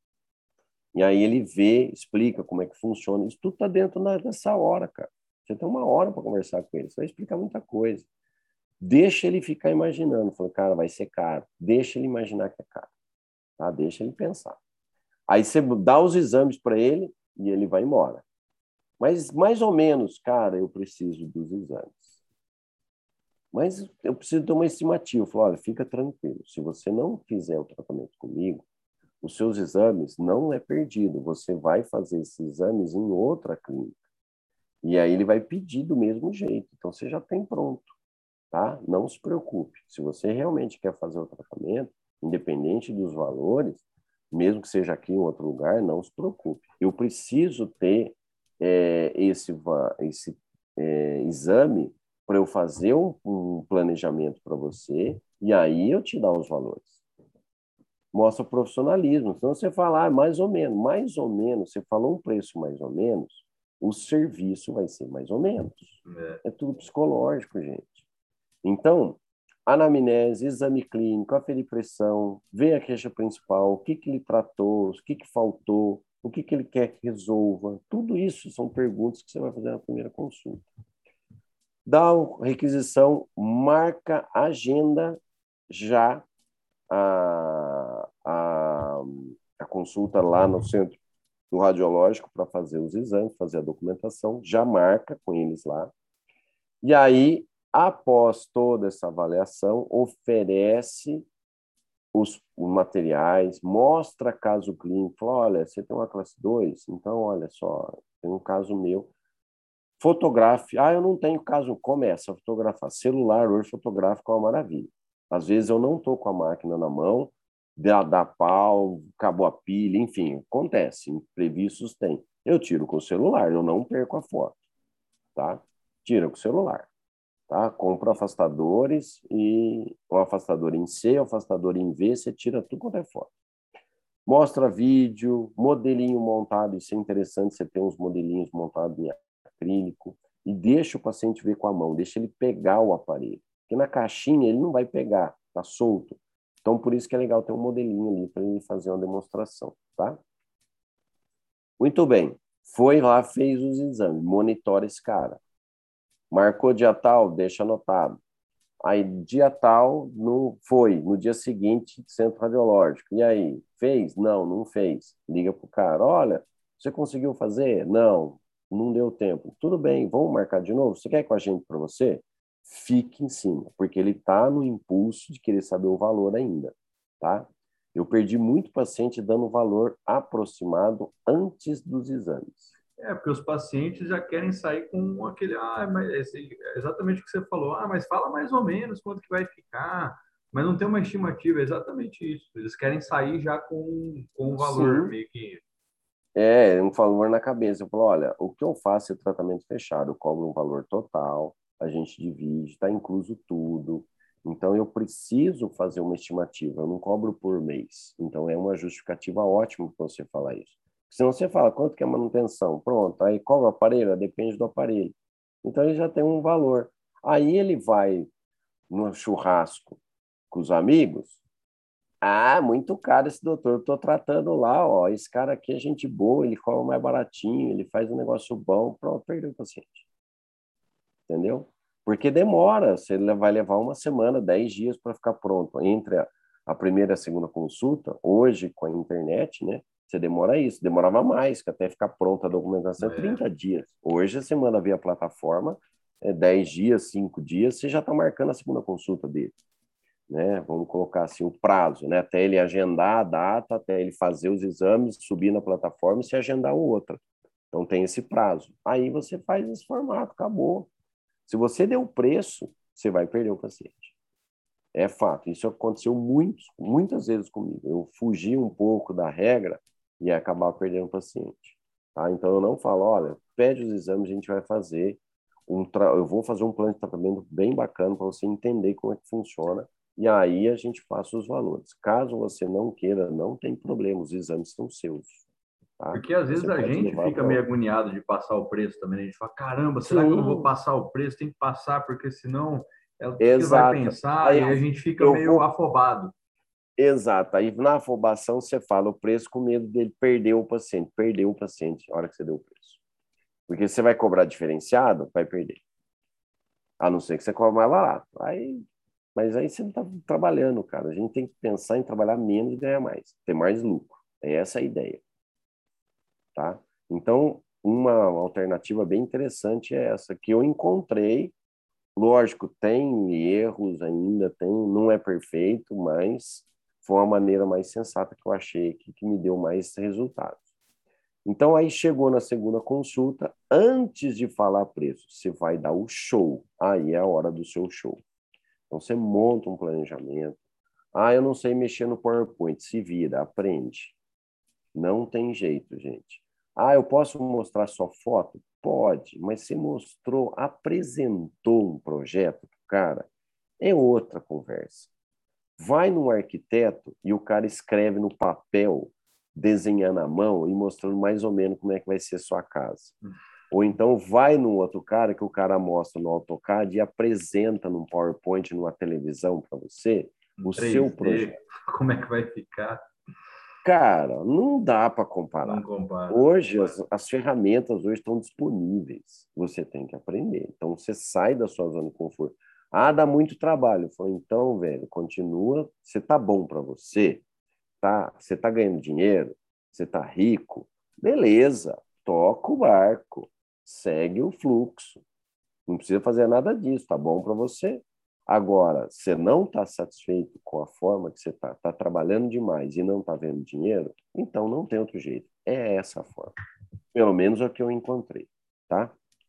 E aí ele vê, explica como é que funciona. Isso tudo está dentro dessa hora, cara. Você tem uma hora para conversar com ele. Você vai explicar muita coisa. Deixa ele ficar imaginando. Fala, cara, vai ser caro. Deixa ele imaginar que é caro. Tá? Deixa ele pensar. Aí você dá os exames para ele e ele vai embora. Mas, mais ou menos, cara, eu preciso dos exames. Mas eu preciso ter uma estimativa. Eu falo, olha, fica tranquilo. Se você não fizer o tratamento comigo, os seus exames não é perdido. Você vai fazer esses exames em outra clínica. E aí ele vai pedir do mesmo jeito. Então, você já tem pronto. Tá? Não se preocupe. Se você realmente quer fazer o tratamento, independente dos valores, mesmo que seja aqui em outro lugar, não se preocupe. Eu preciso ter é, esse, esse é, exame para eu fazer um, um planejamento para você e aí eu te dar os valores. Mostra profissionalismo. Senão você fala, ah, mais ou menos. Mais ou menos, você falou um preço mais ou menos, o serviço vai ser mais ou menos. É, é tudo psicológico, gente. Então, anamnese, exame clínico, aferir pressão, ver a queixa principal, o que, que ele tratou, o que, que faltou, o que, que ele quer que resolva. Tudo isso são perguntas que você vai fazer na primeira consulta. Dá a requisição, marca agenda já a, a, a consulta lá no centro do radiológico para fazer os exames, fazer a documentação, já marca com eles lá. E aí, após toda essa avaliação, oferece os, os materiais, mostra caso clínico, fala, olha, você tem uma classe dois, então, olha só, tem um caso meu. Fotografe. Ah, eu não tenho caso. Começa a fotografar. Celular hoje fotográfico é uma maravilha. Às vezes eu não estou com a máquina na mão, dá, dá pau, acabou a pilha, enfim, acontece. Imprevistos tem. Eu tiro com o celular, eu não perco a foto. Tá? Tira com o celular. Tá? Compra afastadores e um afastador em C, um afastador em V, você tira tudo quanto é foto. Mostra vídeo, modelinho montado, isso é interessante, você tem uns modelinhos montados em acrílico e deixa o paciente ver com a mão, deixa ele pegar o aparelho. Porque na caixinha ele não vai pegar, tá solto. Então, por isso que é legal ter um modelinho ali para ele fazer uma demonstração, tá? Muito bem. Foi lá, fez os exames, monitora esse cara. Marcou dia tal, deixa anotado. Aí, dia tal, não foi. No dia seguinte, centro radiológico. E aí, fez? Não, não fez. Liga pro cara, olha, você conseguiu fazer? Não, não deu tempo. Tudo bem, vamos marcar de novo? Você quer ir com a gente para você? Fique em cima, porque ele está no impulso de querer saber o valor ainda, tá? Eu perdi muito paciente dando valor aproximado antes dos exames. É, porque os pacientes já querem sair com aquele, ah, mas esse, é exatamente o que você falou, ah, mas fala mais ou menos quanto que vai ficar, mas não tem uma estimativa, é exatamente isso. Eles querem sair já com, com um valor Sim. meio que. É, um valor na cabeça. Eu falo, olha, o que eu faço é tratamento fechado, eu cobro um valor total, a gente divide, está incluso tudo. Então, eu preciso fazer uma estimativa, eu não cobro por mês. Então, é uma justificativa ótima para você falar isso. Senão você fala, quanto que é a manutenção? Pronto, aí qual é o aparelho? Depende do aparelho. Então, ele já tem um valor. Aí ele vai no churrasco com os amigos. Ah, muito caro esse doutor, eu tô tratando lá, ó, esse cara aqui é gente boa, ele cobra mais baratinho, ele faz um negócio bom, pronto, perdeu o paciente. Entendeu? Porque demora, você vai levar uma semana, dez dias para ficar pronto. Entre a, a primeira e a segunda consulta, hoje com a internet, né? Você demora isso, demorava mais, que até ficar pronta a documentação é É. trinta dias. Hoje você manda via plataforma, é dez dias, cinco dias, você já está marcando a segunda consulta dele. Né? Vamos colocar assim o prazo, né? Até ele agendar a data, até ele fazer os exames, subir na plataforma e se agendar outra. Então tem esse prazo. Aí você faz esse formato, acabou. Se você deu o preço, você vai perder o paciente. É fato. Isso aconteceu muitos, muitas vezes comigo. Eu fugi um pouco da regra e acabar perdendo o paciente. Tá? Então eu não falo, olha, pede os exames, a gente vai fazer um tra... eu vou fazer um plano de tratamento bem bacana para você entender como é que funciona e aí a gente passa os valores. Caso você não queira, não tem problema, os exames são seus. Tá? Porque às vezes Você a pode gente levar fica para meio lá. agoniado de passar o preço também, né? A gente fala, caramba, será que eu não vou Sim, passar o preço? Tem que passar, porque senão é o que que ele vai exato. pensar? Aí E aí a eu, gente fica eu meio vou. afobado. Exato. Aí na afobação você fala o preço com medo dele perder o paciente. Perdeu o paciente na hora que você deu o preço. Porque você vai cobrar diferenciado, vai perder. A não ser que você cobre mais barato. Aí, mas aí você não está trabalhando, cara. A gente tem que pensar em trabalhar menos e ganhar mais. Ter mais lucro. É essa a ideia. Tá? Então, uma alternativa bem interessante é essa que eu encontrei. Lógico, tem erros ainda, tem, não é perfeito, mas foi uma maneira mais sensata que eu achei que, que me deu mais resultados. Então, aí chegou na segunda consulta, antes de falar preço, você vai dar o show. Aí é a hora do seu show. Então, você monta um planejamento. Ah, eu não sei mexer no PowerPoint. Se vira, aprende. Não tem jeito, gente. Ah, eu posso mostrar só foto? Pode, mas você mostrou, apresentou um projeto, cara, é outra conversa. Vai no arquiteto e o cara escreve no papel, desenhando à mão e mostrando mais ou menos como é que vai ser a sua casa. Ou então vai no outro cara que o cara mostra no AutoCAD e apresenta num PowerPoint, numa televisão para você, Em o seu três D, projeto. como é que vai ficar? Cara, não dá para Não comparar. compara, não Hoje, compara. as, as ferramentas hoje estão disponíveis. Você tem que aprender. Então, você sai da sua zona de conforto. Ah, dá muito trabalho. Eu falo, então, velho, continua. Você tá bom para você, tá? Você tá ganhando dinheiro, você tá rico. Beleza, toca o barco, segue o fluxo. Não precisa fazer nada disso, tá bom para você. Agora, você não está satisfeito com a forma que você está, está trabalhando demais e não está vendo dinheiro, então não tem outro jeito. É essa a forma. Pelo menos é o que eu encontrei, tá?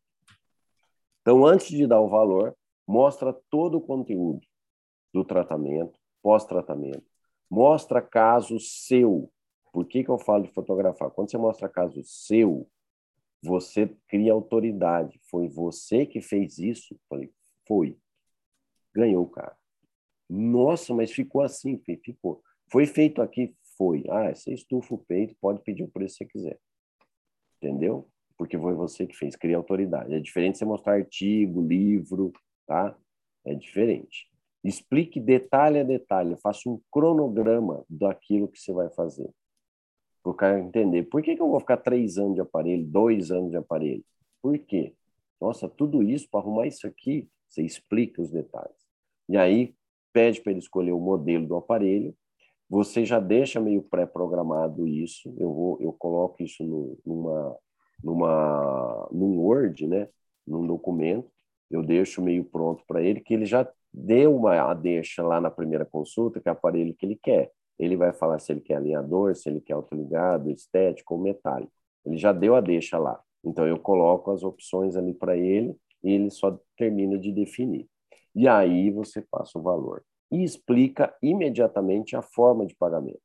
Então, antes de dar o valor, mostra todo o conteúdo do tratamento, pós-tratamento. Mostra caso seu. Por que que eu falo de fotografar? Quando você mostra caso seu, você cria autoridade. Foi você que fez isso? Falei, foi. Ganhou, cara. Nossa, mas ficou assim, ficou. Foi feito aqui? Foi. Ah, você estufa o peito, pode pedir o preço que você quiser. Entendeu? Porque foi você que fez, cria autoridade. É diferente você mostrar artigo, livro, tá? É diferente. Explique detalhe a detalhe, faça um cronograma daquilo que você vai fazer. Para o cara entender. Por que, que eu vou ficar três anos de aparelho, dois anos de aparelho? Por quê? Nossa, tudo isso para arrumar isso aqui, você explica os detalhes. E aí, pede para ele escolher o modelo do aparelho, você já deixa meio pré-programado isso, eu vou, eu coloco isso no, numa, numa, num Word, né? Num documento, eu deixo meio pronto para ele, que ele já deu uma a deixa lá na primeira consulta, que é o aparelho que ele quer. Ele vai falar se ele quer alinhador, se ele quer autoligado, estético ou metálico. Ele já deu a deixa lá. Então eu coloco as opções ali para ele e ele só termina de definir. E aí você passa o valor e explica imediatamente a forma de pagamento.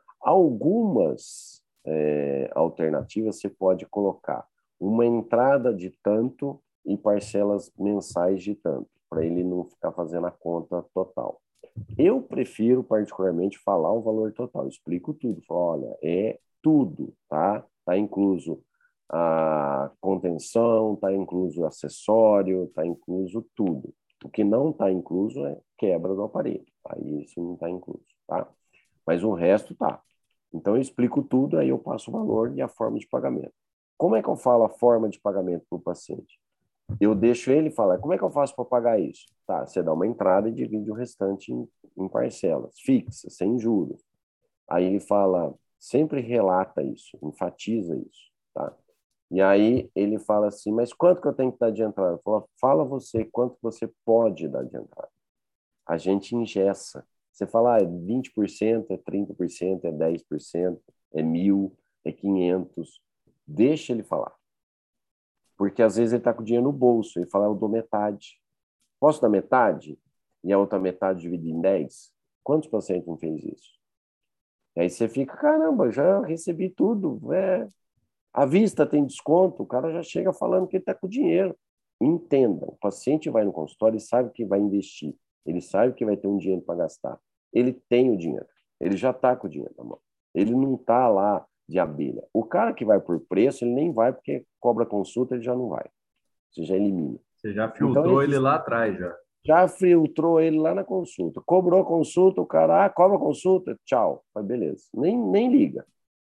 Algumas é, alternativas você pode colocar uma entrada de tanto e parcelas mensais de tanto, para ele não ficar fazendo a conta total. Eu prefiro, particularmente, falar o valor total. Eu explico tudo. Falo, olha, é tudo, tá? Tá incluso a contenção, tá incluso o acessório, tá incluso tudo. O que não está incluso é quebra do aparelho. Aí isso não está incluso, tá? Mas o resto tá. Então eu explico tudo, aí eu passo o valor e a forma de pagamento. Como é que eu falo a forma de pagamento para o paciente? Eu deixo ele falar, como é que eu faço para pagar isso? Tá, você dá uma entrada e divide o restante em, em parcelas fixas, sem juros. Aí ele fala, sempre relata isso, enfatiza isso, tá? E aí ele fala assim, mas quanto que eu tenho que dar de entrada? Fala, fala você quanto você pode dar de entrada. A gente engessa. Você fala, ah, é vinte por cento, é trinta por cento, é dez por cento, é mil, é quinhentos. Deixa ele falar. Porque às vezes ele está com o dinheiro no bolso. Ele fala, eu dou metade. Posso dar metade? E a outra metade dividir em dez? Quantos pacientes não fez isso? E aí você fica, caramba, já recebi tudo. É, à vista tem desconto. O cara já chega falando que ele está com dinheiro. Entenda, o paciente vai no consultório e sabe que vai investir. Ele sabe que vai ter um dinheiro para gastar. Ele tem o dinheiro. Ele já está com o dinheiro na mão. Ele não está lá de abelha. O cara que vai por preço, ele nem vai porque cobra consulta, ele já não vai. Você já elimina. Você já Então, filtrou ele lá atrás, já. já filtrou ele lá na consulta. Cobrou a consulta, o cara, ah, cobra a consulta, tchau. Mas beleza. Nem, nem liga.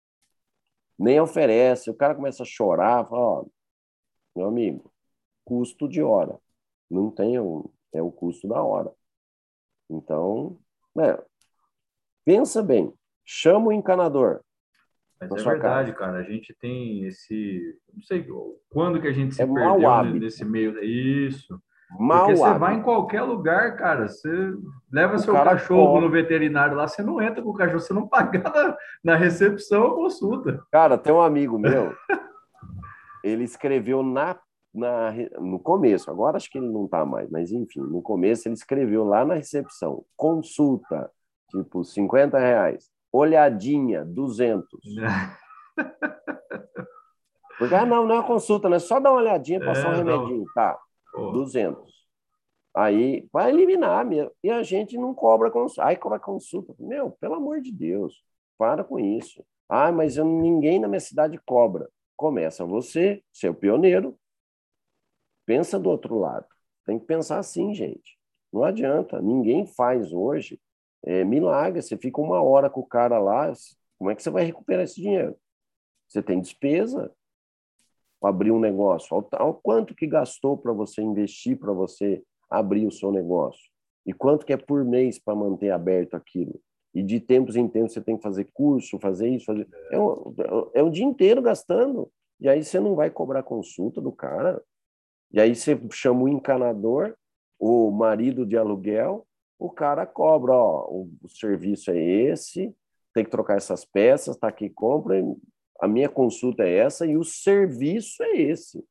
Nem oferece. O cara começa a chorar, fala, ó, meu amigo, custo de hora. Não tem um, é o custo da hora. Então, é, pensa bem. Chama o encanador Mas na é sua verdade, casa. cara. A gente tem esse. Não sei quando que a gente se É mau perdeu ne- nesse hábito. meio. Isso. Porque Mau você vai em hábito. qualquer lugar, cara. Você leva O seu cara cachorro no cobra. veterinário lá, você não entra com o cachorro, você não paga na, na recepção ou consulta. Cara, tem um amigo meu, ele escreveu na, na, no começo, agora acho que ele não está mais, mas enfim, no começo ele escreveu lá na recepção, consulta, tipo, cinquenta reais, olhadinha, duzentos. Porque, ah, não, não é uma consulta, não é só dar uma olhadinha, passar um É, não. remedinho, tá, Pô, duzentos. Aí vai eliminar mesmo. E a gente não cobra consulta. Aí cobra consulta. Meu, pelo amor de Deus, para com isso. Ah, mas eu, ninguém na minha cidade cobra. Começa você, seu pioneiro, pensa do outro lado. Tem que pensar assim, gente. Não adianta. Ninguém faz hoje é, milagre. Você fica uma hora com o cara lá, como é que você vai recuperar esse dinheiro? Você tem despesa para abrir um negócio. Ao, ao quanto que gastou para você investir, para você abrir o seu negócio? E quanto que é por mês para manter aberto aquilo? E de tempos em tempos você tem que fazer curso, fazer isso, fazer... É o, é o dia inteiro gastando. E aí você não vai cobrar consulta do cara. E aí você chama o encanador, o marido de aluguel, o cara cobra, ó, o, o serviço é esse, tem que trocar essas peças, tá aqui, compra, a minha consulta é essa e o serviço é esse.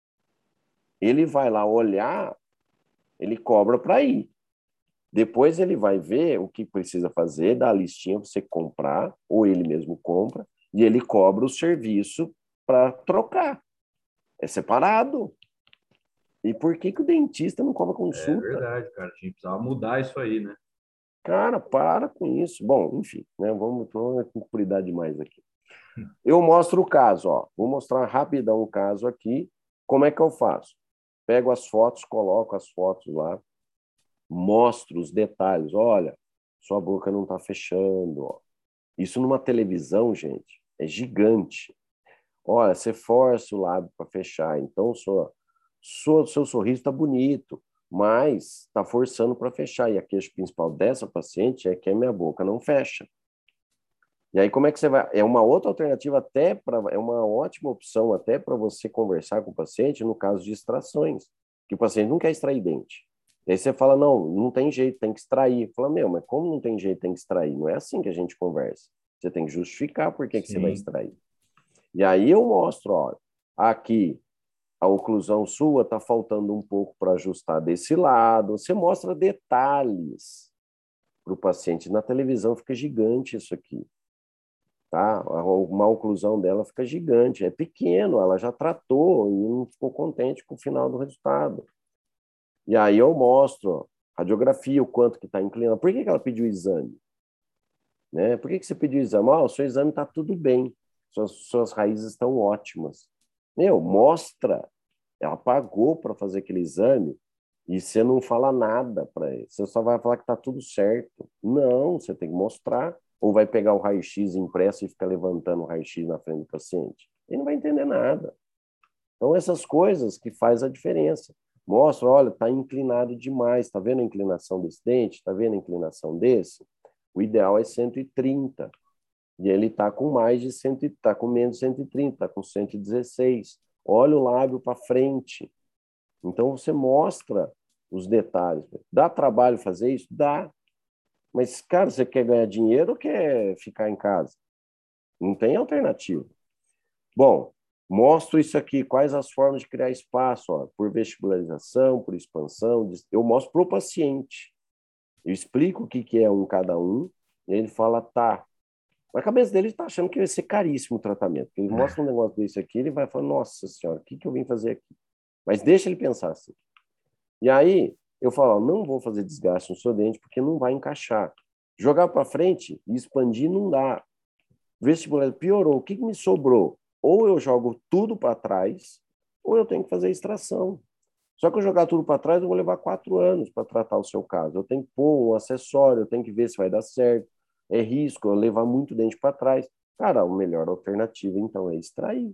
Ele vai lá olhar, ele cobra para ir. Depois ele vai ver o que precisa fazer, dá a listinha para você comprar, ou ele mesmo compra, e ele cobra o serviço para trocar. É separado. E por que, que o dentista não cobra é consulta? verdade, cara. A gente precisava mudar isso aí, né? Cara, para com isso. Bom, enfim, né? Vamos, vamos cuidar demais aqui. Eu mostro o caso, ó. Vou mostrar rapidão o caso aqui. Como é que eu faço? Pego as fotos, coloco as fotos lá, mostro os detalhes. Olha, sua boca não está fechando. Ó. Isso numa televisão, gente, é gigante. Olha, você força o lábio para fechar, então sua, sua, seu sorriso está bonito, mas está forçando para fechar. E a queixa principal dessa paciente é que a minha boca não fecha. E aí, como é que você vai? É uma outra alternativa até para, é uma ótima opção até para você conversar com o paciente no caso de extrações, que o paciente não quer extrair dente. E aí você fala, não, não tem jeito, tem que extrair. Fala, meu, mas como não tem jeito, tem que extrair? Não é assim que a gente conversa. Você tem que justificar por que, que você vai Sim. extrair. E aí eu mostro, ó, aqui a oclusão sua está faltando um pouco para ajustar desse lado. Você mostra detalhes para o paciente. Na televisão fica gigante isso aqui. Tá? Uma oclusão dela fica gigante, é pequeno, ela já tratou e não ficou contente com o final do resultado. E aí eu mostro ó, radiografia, o quanto que está inclinando. Por que, que ela pediu o exame? Né? Por que, que você pediu o exame? Oh, o seu exame está tudo bem, suas, suas raízes estão ótimas. Meu, mostra, ela pagou para fazer aquele exame E você não fala nada para ele. Você só vai falar que está tudo certo. Não, você tem que mostrar. Ou vai pegar o raio-x impresso e ficar levantando o raio-x na frente do paciente. Ele não vai entender nada. Então, essas coisas que faz a diferença. Mostra, olha, está inclinado demais. Está vendo a inclinação desse dente? Está vendo a inclinação desse? O ideal é cento e trinta. E ele está com mais de cem, está com menos de cento e trinta, está com cento e dezesseis. Olha o lábio para frente. Então, você mostra os detalhes. Dá trabalho fazer isso? Dá. Mas, cara, você quer ganhar dinheiro ou quer ficar em casa? Não tem alternativa. Bom, mostro isso aqui, quais as formas de criar espaço, ó, por vestibularização, por expansão. Eu mostro para o paciente. Eu explico o que, que é um cada um, e ele fala, tá. Na cabeça dele, ele está achando que vai ser caríssimo o tratamento. Ele mostra um negócio desse aqui, ele vai falar, nossa senhora, o que, que eu vim fazer aqui? Mas deixa ele pensar assim. E aí, eu falo, ó, não vou fazer desgaste no seu dente, porque não vai encaixar. Jogar para frente e expandir não dá. Vestibular piorou. O que, que me sobrou? Ou eu jogo tudo para trás, ou eu tenho que fazer extração. Só que eu jogar tudo para trás, eu vou levar quatro anos para tratar o seu caso. Eu tenho que pôr um acessório, eu tenho que ver se vai dar certo. É risco eu levar muito dente para trás. Cara, a melhor alternativa, então, é extrair.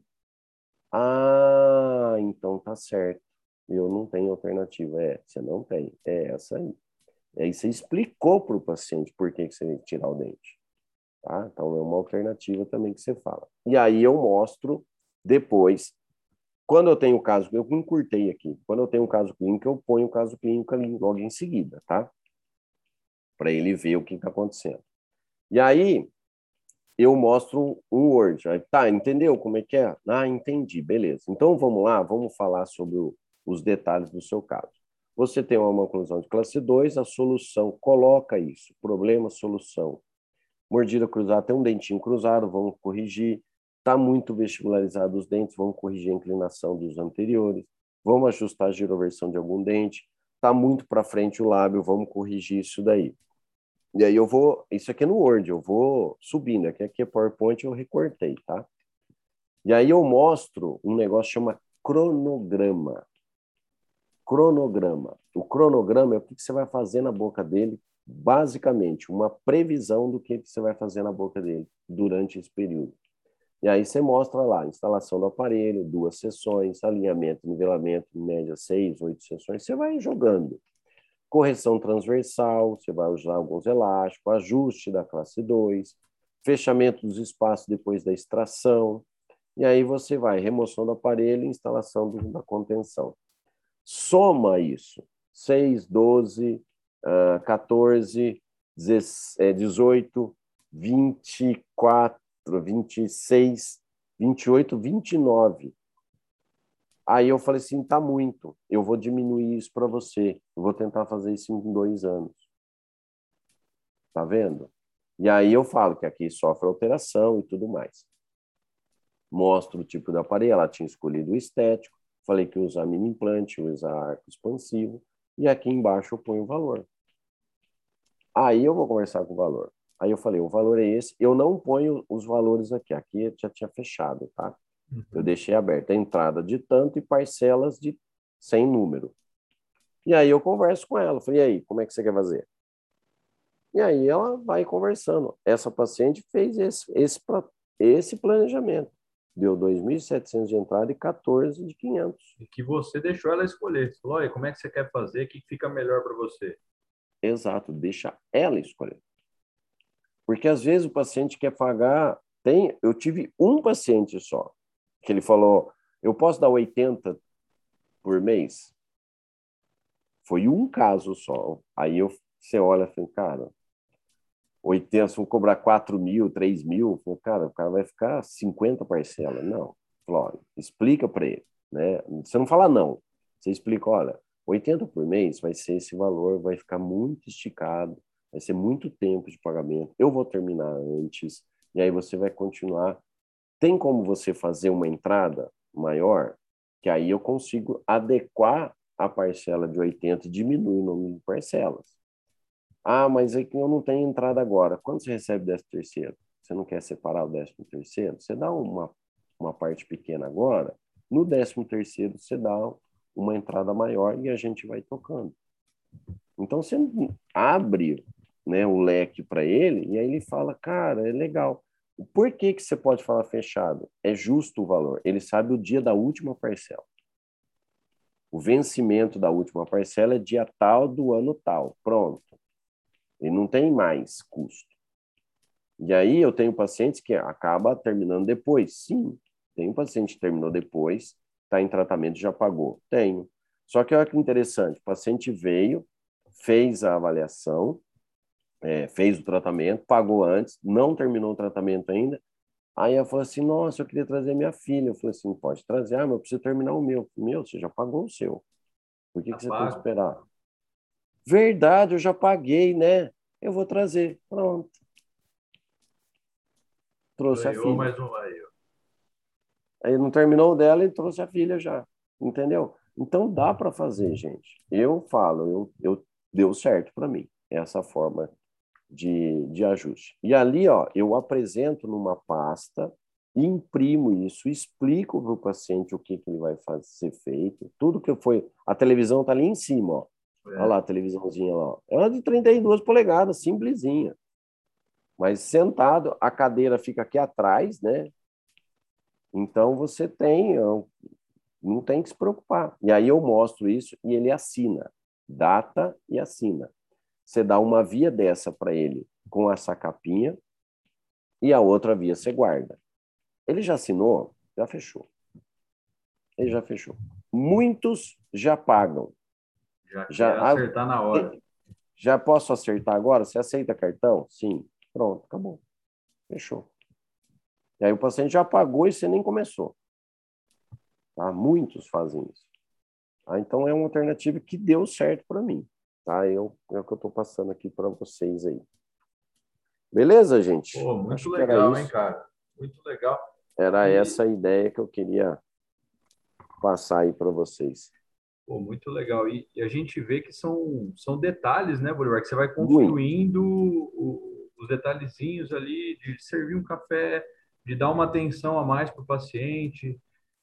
Ah, então tá certo. Eu não tenho alternativa. É, você não tem. É essa aí. Aí você explicou para o paciente por que, que você tem que tirar o dente. Tá? Então é uma alternativa também que você fala. E aí eu mostro depois. Quando eu tenho o caso, eu encurtei aqui. Quando eu tenho um caso clínico, eu ponho o caso clínico ali logo em seguida, tá? Para ele ver o que está acontecendo. E aí eu mostro um Word. Aí, tá, entendeu como é que é? Ah, entendi, beleza. Então vamos lá, vamos falar sobre o, os detalhes do seu caso. Você tem uma oclusão de classe dois, a solução coloca isso. Problema, solução. Mordida cruzada, tem um dentinho cruzado, vamos corrigir. Está muito vestibularizado os dentes, vamos corrigir a inclinação dos anteriores. Vamos ajustar a giroversão de algum dente. Está muito para frente o lábio, vamos corrigir isso daí. E aí eu vou, isso aqui é no Word, eu vou subindo, aqui, aqui é PowerPoint, eu recortei, tá? E aí eu mostro um negócio que chama cronograma. Cronograma. O cronograma é o que você vai fazer na boca dele, basicamente, uma previsão do que você vai fazer na boca dele durante esse período. E aí você mostra lá, instalação do aparelho, duas sessões, alinhamento, nivelamento, em média, seis, oito sessões, você vai jogando. Correção transversal, você vai usar alguns elásticos, ajuste da classe dois, fechamento dos espaços depois da extração, e aí você vai, remoção do aparelho e instalação do, da contenção. Soma isso, seis, doze, quatorze, dezoito, vinte e quatro, vinte e seis, vinte e oito, vinte e nove. Aí eu falei assim, tá muito, eu vou diminuir isso para você, eu vou tentar fazer isso em dois anos. Tá vendo? E aí eu falo que aqui sofre alteração e tudo mais. Mostro o tipo de aparelho, ela tinha escolhido o estético, falei que ia usar mini implante, ia usar arco expansivo, e aqui embaixo eu ponho o valor. Aí eu vou conversar com o valor. Aí eu falei, o valor é esse, eu não ponho os valores aqui, aqui já tinha fechado, tá? Eu deixei aberto a entrada de tanto e parcelas de sem número. E aí eu converso com ela, falei, e aí, como é que você quer fazer? E aí ela vai conversando. Essa paciente fez esse, esse, esse planejamento. Deu dois mil e setecentos de entrada e quatorze de quinhentos. E que você deixou ela escolher. Você falou, olha, como é que você quer fazer? O que fica melhor para você? Exato, deixa ela escolher. Porque às vezes o paciente quer pagar. Tem, eu tive um paciente só, que ele falou, eu posso dar oitenta por mês? Foi um caso só. Aí eu, você olha e fala, cara, oitenta, se vão cobrar quatro mil, três mil, falo, cara, o cara vai ficar cinquenta parcelas. Não. Falou, olha, explica para ele. Né? Você não fala não. Você explica, olha, oitenta por mês vai ser esse valor, vai ficar muito esticado, vai ser muito tempo de pagamento. Eu vou terminar antes, e aí você vai continuar. Tem como você fazer uma entrada maior, que aí eu consigo adequar a parcela de oitenta e diminuir o número de parcelas. Ah, mas é que eu não tenho entrada agora. Quando você recebe o décimo terceiro? Você não quer separar o décimo terceiro? Você dá uma, uma parte pequena agora, no décimo terceiro você dá uma entrada maior e a gente vai tocando. Então, você abre, né, o leque para ele e aí ele fala, cara, é legal. Por que que você pode falar fechado? É justo o valor. Ele sabe o dia da última parcela. O vencimento da última parcela é dia tal do ano tal. Pronto. Ele não tem mais custo. E aí eu tenho pacientes que acaba terminando depois. Sim, tem um paciente que terminou depois, está em tratamento e já pagou. Tenho. Só que olha que interessante, o paciente veio, fez a avaliação, é, fez o tratamento, pagou antes, não terminou o tratamento ainda. Aí ela falou assim, nossa, eu queria trazer minha filha. Eu falei assim, pode trazer, ah, mas eu preciso terminar o meu. Meu, você já pagou o seu. Por que Tá que você tem que pago. esperar? Verdade, eu já paguei, né? Eu vou trazer. Pronto. Trouxe a Ganhou filha. mais um aí, ó. Aí não terminou o dela e trouxe a filha já. Entendeu? Então dá para fazer, gente. Eu falo, eu, eu deu certo para mim essa forma de, de ajuste. E ali, ó, eu apresento numa pasta, imprimo isso, explico para o paciente o que, que ele vai fazer, ser feito, tudo que foi. A televisão está ali em cima, ó. Olha É, lá a televisãozinha lá. Ó. É uma de trinta e duas polegadas, simplesinha. Mas sentado, a cadeira fica aqui atrás, né? Então você tem, não tem que se preocupar. E aí eu mostro isso e ele assina, data e assina. Você dá uma via dessa para ele com essa capinha e a outra via você guarda. Ele já assinou? Já fechou. Ele já fechou. Muitos já pagam. já Já, quer ah, acertar na hora. já posso acertar agora? Você aceita cartão? Sim. Pronto, acabou. Fechou. E aí o paciente já pagou e você nem começou. Tá? Muitos fazem isso. Tá? Então é uma alternativa que deu certo para mim. Tá? Eu, é o que eu estou passando aqui para vocês aí. Beleza, gente? Pô, muito Acho que era legal, hein, isso. cara? Muito legal. Era E, essa a ideia que eu queria passar aí para vocês. pô, muito legal. E, e a gente vê que são, são detalhes, né, Bolivar, que você vai Muito. construindo o- os detalhezinhos ali de servir um café, de dar uma atenção a mais para o paciente,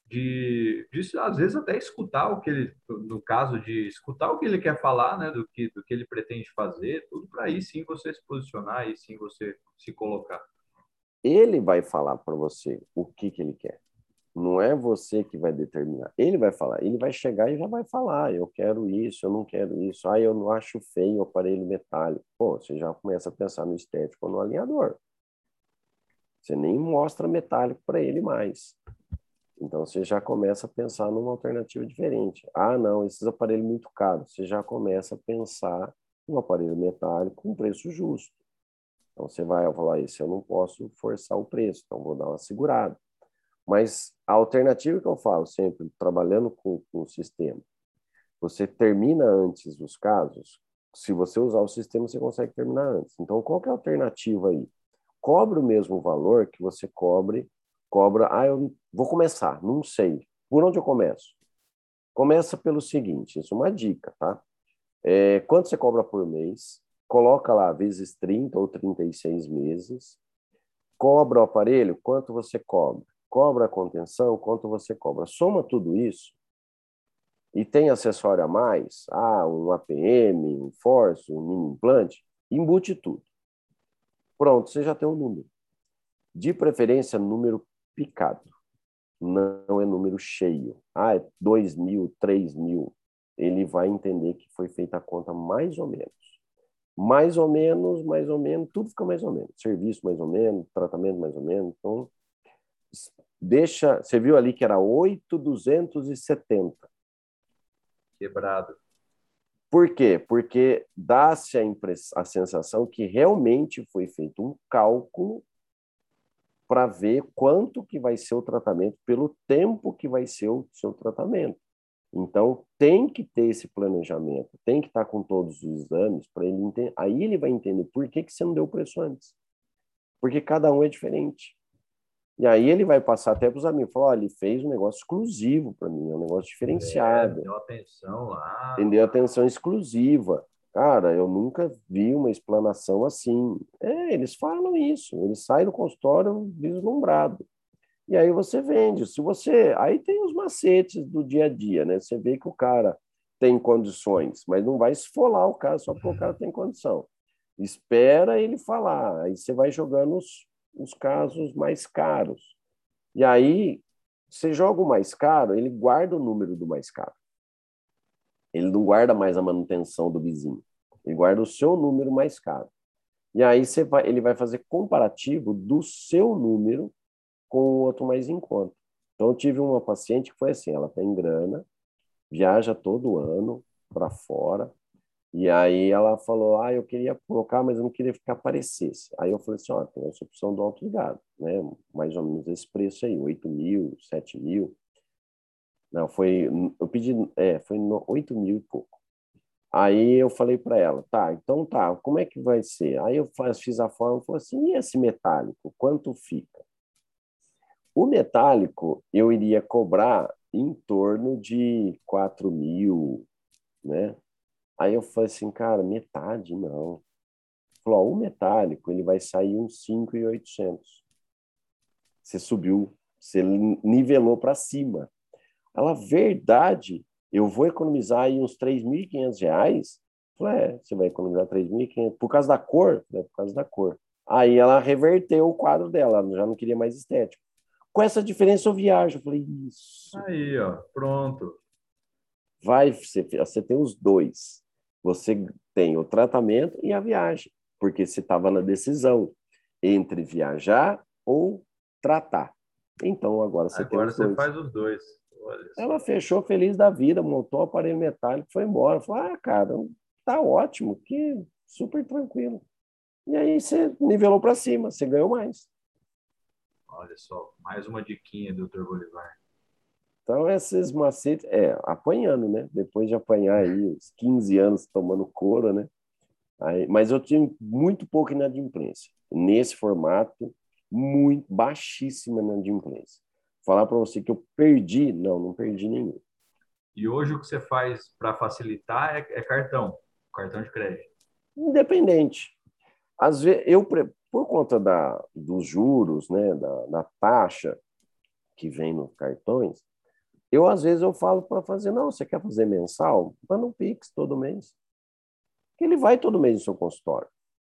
de, de às vezes até escutar o que ele, no caso de escutar o que ele quer falar, né, do que, do que ele pretende fazer, tudo para aí sim você se posicionar, aí sim você se colocar. Ele vai falar para você o que, que ele quer. Não é você que vai determinar. Ele vai falar. Ele vai chegar e já vai falar. Eu quero isso, eu não quero isso. Ah, eu não acho feio o aparelho metálico. Pô, você já começa a pensar no estético ou no alinhador. Você nem mostra metálico para ele mais. Então você já começa a pensar numa alternativa diferente. Ah, não, esses aparelhos muito caros. Você já começa a pensar num aparelho metálico com preço justo. Então você vai falar, isso eu não posso forçar o preço, então vou dar uma segurada. Mas a alternativa que eu falo sempre, trabalhando com, com o sistema, você termina antes os casos, se você usar o sistema, você consegue terminar antes. Então, qual que é a alternativa aí? Cobre o mesmo valor que você cobre, cobra, ah, eu vou começar, não sei. Por onde eu começo? Começa pelo seguinte, isso é uma dica, tá? É, quanto você cobra por mês? Coloca lá vezes trinta ou trinta e seis meses. Cobra o aparelho, quanto você cobra? Cobra a contenção, quanto você cobra? Soma tudo isso e tem acessório a mais, ah, um A P M, um Force, um mini implante, embute tudo. Pronto, você já tem um número. De preferência, número picado. Não é número cheio. Ah, é dois mil, três mil. Ele vai entender que foi feita a conta mais ou menos. Mais ou menos, mais ou menos, tudo fica mais ou menos. Serviço mais ou menos, tratamento mais ou menos. Então, deixa. Você viu ali que era oito mil duzentos e setenta. Quebrado. Por quê? Porque dá-se a, impress... a sensação que realmente foi feito um cálculo para ver quanto que vai ser o tratamento pelo tempo que vai ser o seu tratamento. Então, tem que ter esse planejamento, tem que estar com todos os exames para ele entender. Aí ele vai entender por que, que você não deu preço antes. Porque cada um é diferente. E aí ele vai passar até para os amigos, falar, olha, ele fez um negócio exclusivo para mim, é um negócio É, diferenciado, deu atenção lá. entendeu? Atenção exclusiva. Cara, eu nunca vi uma explanação assim. É, eles falam isso, eles saem do consultório vislumbrado. E aí você vende. Se você, aí tem os macetes do dia a dia, né? Você vê que o cara tem condições, mas não vai esfolar o cara só porque o cara tem condição. Espera ele falar, aí você vai jogando os, os casos mais caros. E aí você joga o mais caro, ele guarda o número do mais caro. Ele não guarda mais a manutenção do vizinho. Ele guarda o seu número mais caro. E aí você vai, ele vai fazer comparativo do seu número com o outro mais em conta. Então, eu tive uma paciente que foi assim, ela tem grana, viaja todo ano para fora, e aí ela falou, ah, eu queria colocar, mas eu não queria que aparecesse. Aí eu falei assim, ó, tem essa opção do autoligado, né? Mais ou menos esse preço aí, oito mil, sete mil. Não, foi, eu pedi, é, foi oito mil e pouco. Aí eu falei para ela, tá, então tá, como é que vai ser? Aí eu fiz a forma e falei assim, e esse metálico, quanto fica? O metálico eu iria cobrar em torno de quatro mil, né? Aí eu falei assim, cara, metade não. Falou, ó, o metálico ele vai sair uns cinco mil e oitocentos. Você subiu, você nivelou para cima. Ela, verdade, eu vou economizar aí uns três mil e quinhentos reais? Eu falei, é, você vai economizar três mil e quinhentos por causa da cor? Né? Por causa da cor. Aí ela reverteu o quadro dela, ela já não queria mais estético. Com essa diferença eu viajo. Eu falei, isso. Aí, ó, pronto. Vai, você, você tem os dois. Você tem o tratamento e a viagem, porque você estava na decisão entre viajar ou tratar. Então, agora você tem Agora os você dois. faz os dois. Olha Ela só. fechou feliz da vida, montou o aparelho metálico, foi embora. Falou, ah, cara, tá ótimo, que super tranquilo. E aí você nivelou para cima, você ganhou mais. Olha só, mais uma diquinha, doutor Bolivar. Então, esses macetes, é, apanhando, né? Depois de apanhar aí uns quinze anos tomando couro, né? Aí, mas eu tinha muito pouco inadimplência. Nesse formato, muito baixíssima inadimplência. Falar para você que eu perdi, não, não perdi nenhum. E hoje o que você faz para facilitar é, é cartão, cartão de crédito. Independente. Às vezes, eu, por conta da, dos juros, né, da, da taxa que vem nos cartões, eu, às vezes, eu falo para fazer, não, você quer fazer mensal? Manda um Pix todo mês. Que ele vai todo mês no seu consultório.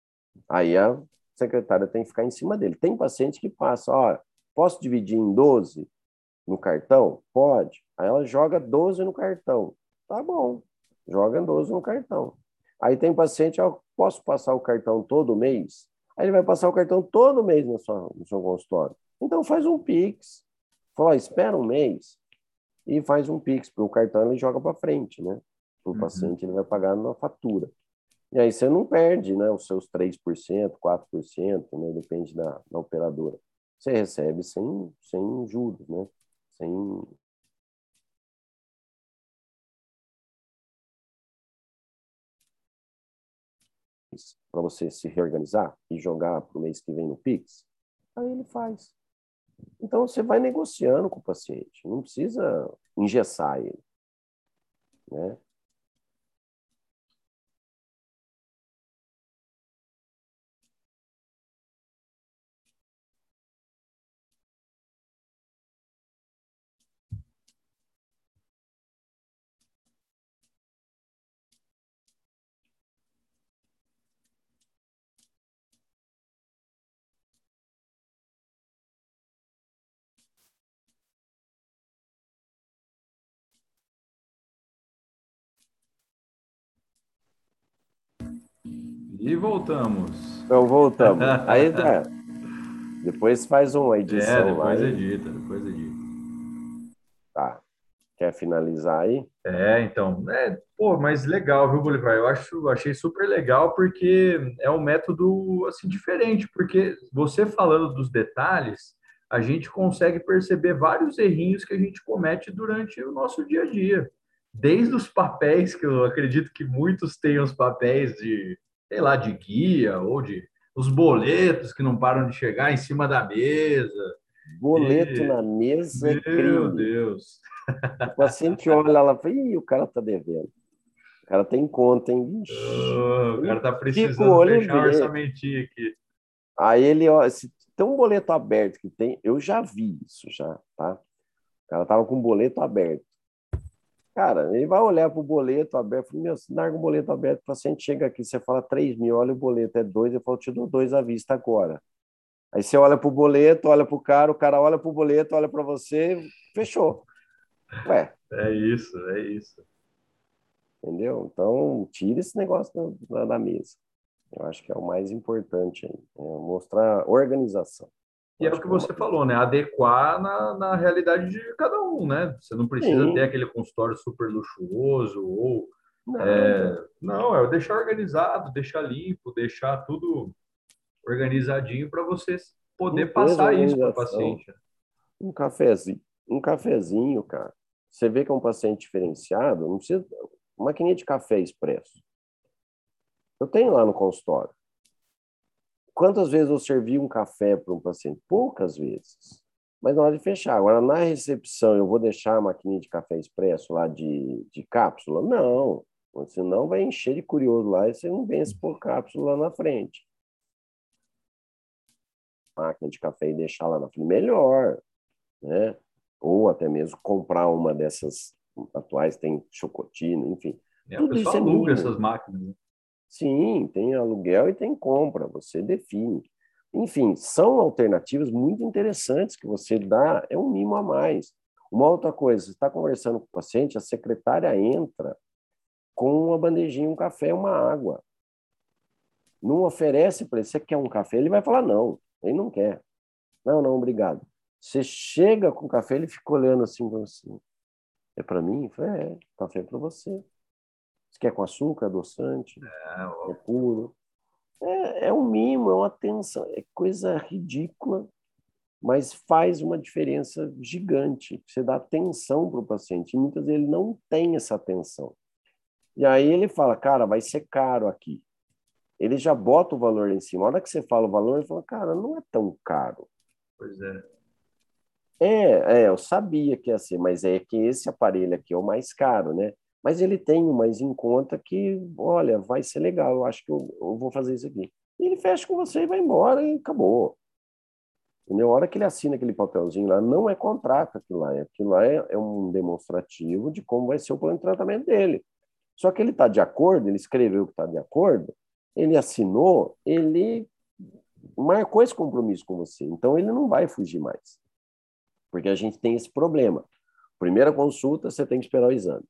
Aí a secretária tem que ficar em cima dele. Tem paciente que passa, ó, posso dividir em doze no cartão? Pode. Aí ela joga doze no cartão. Tá bom, joga doze no cartão. Aí tem paciente, ó, posso passar o cartão todo mês? Aí ele vai passar o cartão todo mês no seu, no seu consultório. Então faz um Pix. Fala, ó, espera um mês e faz um Pix, porque o cartão ele joga para frente, né? O Uhum. paciente ele vai pagar na fatura. E aí você não perde, né, os seus três por cento, quatro por cento, né, depende da, da operadora. Você recebe sem, sem juros, né? Sem... Para você se reorganizar e jogar para o mês que vem no Pix, aí ele faz. Então você vai negociando com o paciente, não precisa engessar ele, né? E voltamos. Então voltamos. Aí é, depois faz uma É, edição lá depois e edita, depois edita. tá. Quer finalizar aí? É, então, é, pô, mas legal, viu, Bolivar? Eu acho, achei super legal porque é um método assim diferente, porque você falando dos detalhes, a gente consegue perceber vários errinhos que a gente comete durante o nosso dia a dia. Desde os papéis, que eu acredito que muitos têm os papéis de, sei lá, de guia ou de os boletos que não param de chegar em cima da mesa. Boleto E, na mesa é meu crime. Deus. O paciente olha lá e fala, ih, o cara tá devendo. O cara tem conta, hein? Vixe. Oh, o Ele cara tá estica o precisando olho e fechar um vê. orçamentinho aqui. Aí ele, ó, se tem um boleto aberto que tem, eu já vi isso já, tá? O cara tava com o boleto aberto. Cara, ele vai olhar para o boleto aberto, falei, meu, você larga o boleto aberto, o paciente chega aqui, você fala três mil, olha o boleto, é dois, eu falo, te dou dois à vista agora. Aí você olha para o boleto, olha para o cara, o cara olha para o boleto, olha para você, fechou. Ué. É isso, é isso. Entendeu? Então, tira esse negócio da, da mesa. Eu acho que é o mais importante aí, é mostrar organização. E Eu é o acho que que é o você mais... falou, né? Adequar na, na realidade de cada um, né? Você não precisa ter Sim, aquele consultório super luxuoso ou... nada. é, não, é deixar organizado, deixar limpo, deixar tudo organizadinho para você poder Limpeza, passar isso para o organização, paciente. um cafezinho, um cafezinho, cara. Você vê que é um paciente diferenciado, não precisa... Maquininha de café expresso. Eu tenho lá no consultório. Quantas vezes eu servi um café para um paciente? Poucas vezes. Mas na hora de fechar. Agora, na recepção, eu vou deixar a maquininha de café expresso lá de, de cápsula? Não. Senão vai encher de curioso lá e você não vence por cápsula lá na frente. Máquina de café e deixar lá na frente, melhor, né? Ou até mesmo comprar uma dessas atuais, tem Chocotina, enfim. E a Tudo isso pessoa é aluga mínimo. essas máquinas, né? Sim, tem aluguel e tem compra, você define. Enfim, são alternativas muito interessantes que você dá, é um mimo a mais. Uma outra coisa, você está conversando com o paciente, a secretária entra com uma bandejinha, um café, uma água. Não oferece para ele, você quer um café? Ele vai falar não, ele não quer. Não, não, obrigado. Você chega com o café, ele fica olhando assim, assim. É para mim? Eu falei, é, café é para você. Você quer com açúcar, adoçante, É, é ó, puro? É, é um mimo, é uma atenção, é coisa ridícula, mas faz uma diferença gigante. Você dá atenção para o paciente, e muitas vezes ele não tem essa atenção. E aí ele fala, cara, vai ser caro aqui. Ele já bota o valor lá em cima. A hora que você fala o valor, ele fala, cara, não é tão caro. pois é. É, é, eu sabia que ia ser, mas é que esse aparelho aqui é o mais caro, né? Mas ele tem um mais em conta que, olha, vai ser legal, eu acho que eu, eu vou fazer isso aqui. E ele fecha com você e vai embora e acabou. Entendeu? A hora que ele assina aquele papelzinho lá, não é contrato aquilo lá, aquilo lá é, é um demonstrativo de como vai ser o plano de tratamento dele. Só que ele está de acordo, ele escreveu que está de acordo, ele assinou, ele marcou esse compromisso com você, então ele não vai fugir mais. Porque a gente tem esse problema. Primeira consulta, você tem que esperar o exame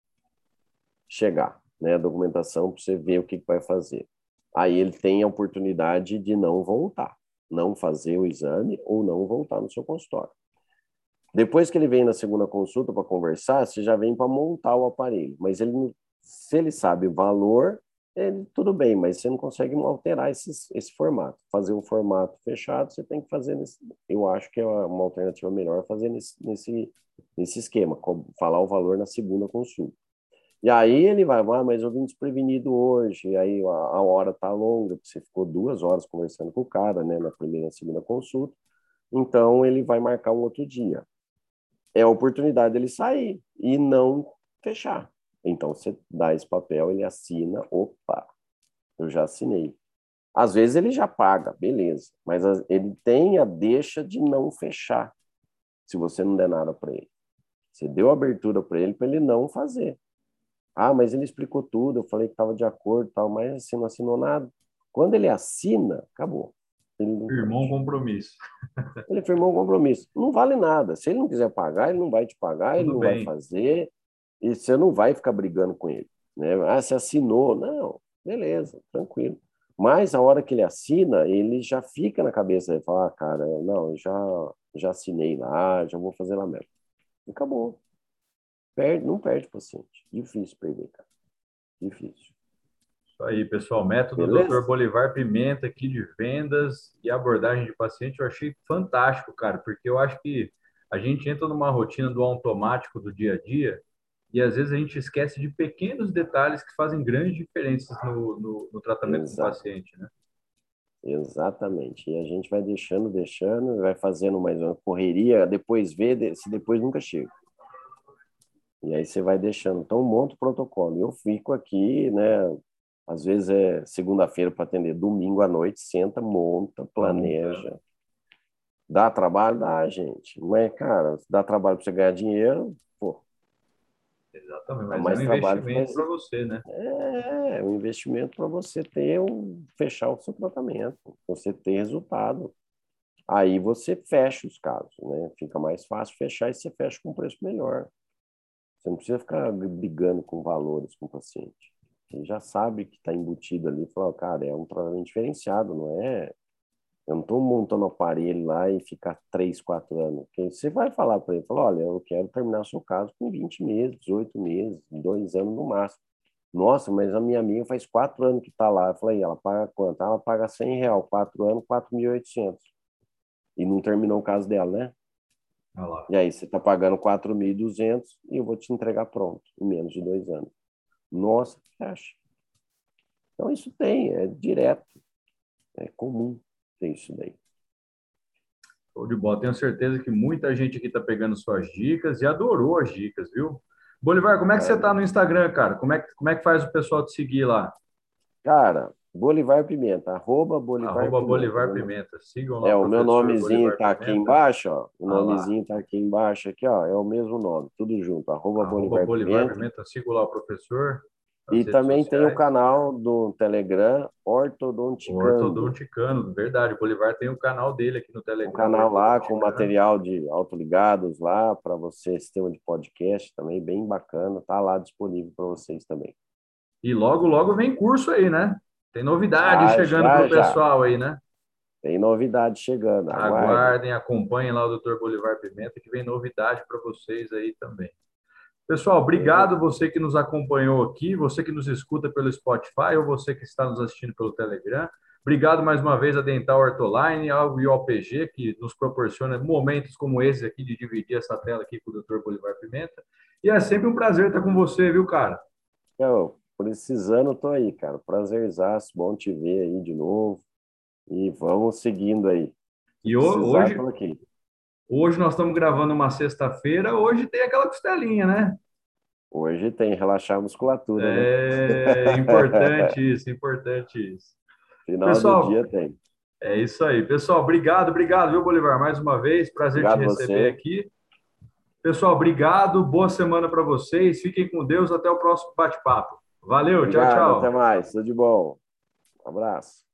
chegar, né? A documentação para você ver o que vai fazer. Aí ele tem a oportunidade de não voltar, não fazer o exame ou não voltar no seu consultório. Depois que ele vem na segunda consulta para conversar, você já vem para montar o aparelho. Mas ele, se ele sabe o valor, ele, tudo bem, mas você não consegue alterar esse, esse formato. Fazer um formato fechado, você tem que fazer nesse. Eu acho que é uma alternativa melhor fazer nesse, nesse, nesse esquema, falar o valor na segunda consulta. E aí ele vai, ah, mas eu vim desprevenido hoje, e aí a, a hora tá longa, você ficou duas horas conversando com o cara, né, na primeira e segunda consulta, então ele vai marcar um outro dia. É a oportunidade dele sair e não fechar. Então você dá esse papel, ele assina, opa, eu já assinei. Às vezes ele já paga, beleza, mas ele tem a deixa de não fechar, se você não der nada para ele. Você deu abertura para ele, para ele não fazer. Ah, mas ele explicou tudo, eu falei que estava de acordo, tal, mas assim, não assinou nada. Quando ele assina, acabou. Ele não Firmou um mexe. compromisso. Ele firmou um compromisso. Não vale nada. Se ele não quiser pagar, ele não vai te pagar, ele Tudo não vai bem. fazer, e você não vai ficar brigando com ele. Né? Ah, você assinou. Não, beleza, tranquilo. Mas a hora que ele assina, ele já fica na cabeça, ele fala, ah, cara, não, eu já, já assinei lá, já vou fazer lá mesmo. E acabou. Perde, não perde paciente. Difícil perder, cara. Difícil. Isso aí, pessoal. Método doutor Beleza? Bolivar Pimenta aqui de vendas e abordagem de paciente. Eu achei fantástico, cara, porque eu acho que a gente entra numa rotina do automático do dia a dia e às vezes a gente esquece de pequenos detalhes que fazem grandes diferenças no, no, no tratamento com o Exato. paciente, né? Exatamente. E a gente vai deixando, deixando, vai fazendo mais uma correria, depois vê, se depois nunca chega. E aí você vai deixando. Então, monta o protocolo. Eu fico aqui, né? Às vezes é segunda-feira para atender, domingo à noite, senta, monta, Monta. planeja. Dá trabalho? Dá, gente. Mas, cara, se dá trabalho para você ganhar dinheiro, pô, Exatamente, dá mas é um mais trabalho para investimento para fazer. você, né? É, é um investimento para você ter um, fechar o seu tratamento, você ter resultado. Aí você fecha os casos, né? Fica mais fácil fechar e você fecha com um preço melhor. Você não precisa ficar brigando com valores com o paciente. Ele já sabe que está embutido ali, fala, cara, é um tratamento diferenciado, não é? Eu não estou montando um aparelho lá e ficar três, quatro anos. Porque você vai falar para ele, fala, olha, eu quero terminar o seu caso com vinte meses, dezoito meses, dois anos no máximo. Nossa, mas a minha amiga faz quatro anos que está lá. Eu falei, ela paga quanto? Ela paga cem real, quatro anos, quatro mil e oitocentos. E não terminou o caso dela, né? Olha lá. E aí você está pagando quatro mil e duzentos e eu vou te entregar pronto, em menos de dois anos. Nossa, fecha. Então isso tem, é direto, é comum ter isso daí. Show de bola. Tenho certeza que muita gente aqui está pegando suas dicas e adorou as dicas, viu? Bolivar, como é que você É, está no Instagram, cara? Como é que, como é que faz o pessoal te seguir lá? cara, Bolivar Pimenta, arroba Bolivar Arroba Pimenta. Bolivar Pimenta. Sigam lá É, o o meu professor nomezinho Bolivar está aqui Pimenta. embaixo, ó. O Ah lá. nomezinho está aqui embaixo, aqui, ó. É o mesmo nome, tudo junto, arroba Arroba Bolivar Bolivar Pimenta. Pimenta. Siga lá o professor E nas redes também tem o sociais. canal do Telegram, O Ortodonticando. Ortodonticano, verdade. O Bolivar tem o canal dele aqui no Um Telegram, canal lá com Ortodonticano. material de autoligados lá para você, sistema de podcast também, bem bacana. Tá lá disponível para vocês também. E logo, logo vem curso aí, né? Tem novidade Ah, chegando para já, o já. pessoal aí, né? Tem novidade chegando, aguardem. Aguardem, acompanhem lá o doutor Bolivar Pimenta, que vem novidade para vocês aí também. Pessoal, Beleza? obrigado você que nos acompanhou aqui, você que nos escuta pelo Spotify ou você que está nos assistindo pelo Telegram. Obrigado mais uma vez a Dental Ortoline e ao O P G, que nos proporciona momentos como esse aqui de dividir essa tela aqui com o doutor Bolivar Pimenta. E é sempre um prazer estar com você, viu, cara? Eu, precisando, tô aí, cara. Prazerzaço, bom te ver aí de novo. E vamos seguindo aí. Se E precisar, hoje, tô aqui. hoje nós estamos gravando uma sexta-feira, hoje tem aquela costelinha, né? Hoje tem relaxar a musculatura, né? É importante isso, importante isso. Final do Pessoal, dia tem. é isso aí. Pessoal, obrigado, obrigado, viu, Bolivar? Mais uma vez, prazer te Obrigado receber você. aqui. Pessoal, obrigado, boa semana para vocês. Fiquem com Deus, até o próximo bate-papo. Valeu, tchau, Obrigado, até tchau. mais. Tudo de bom. Um abraço.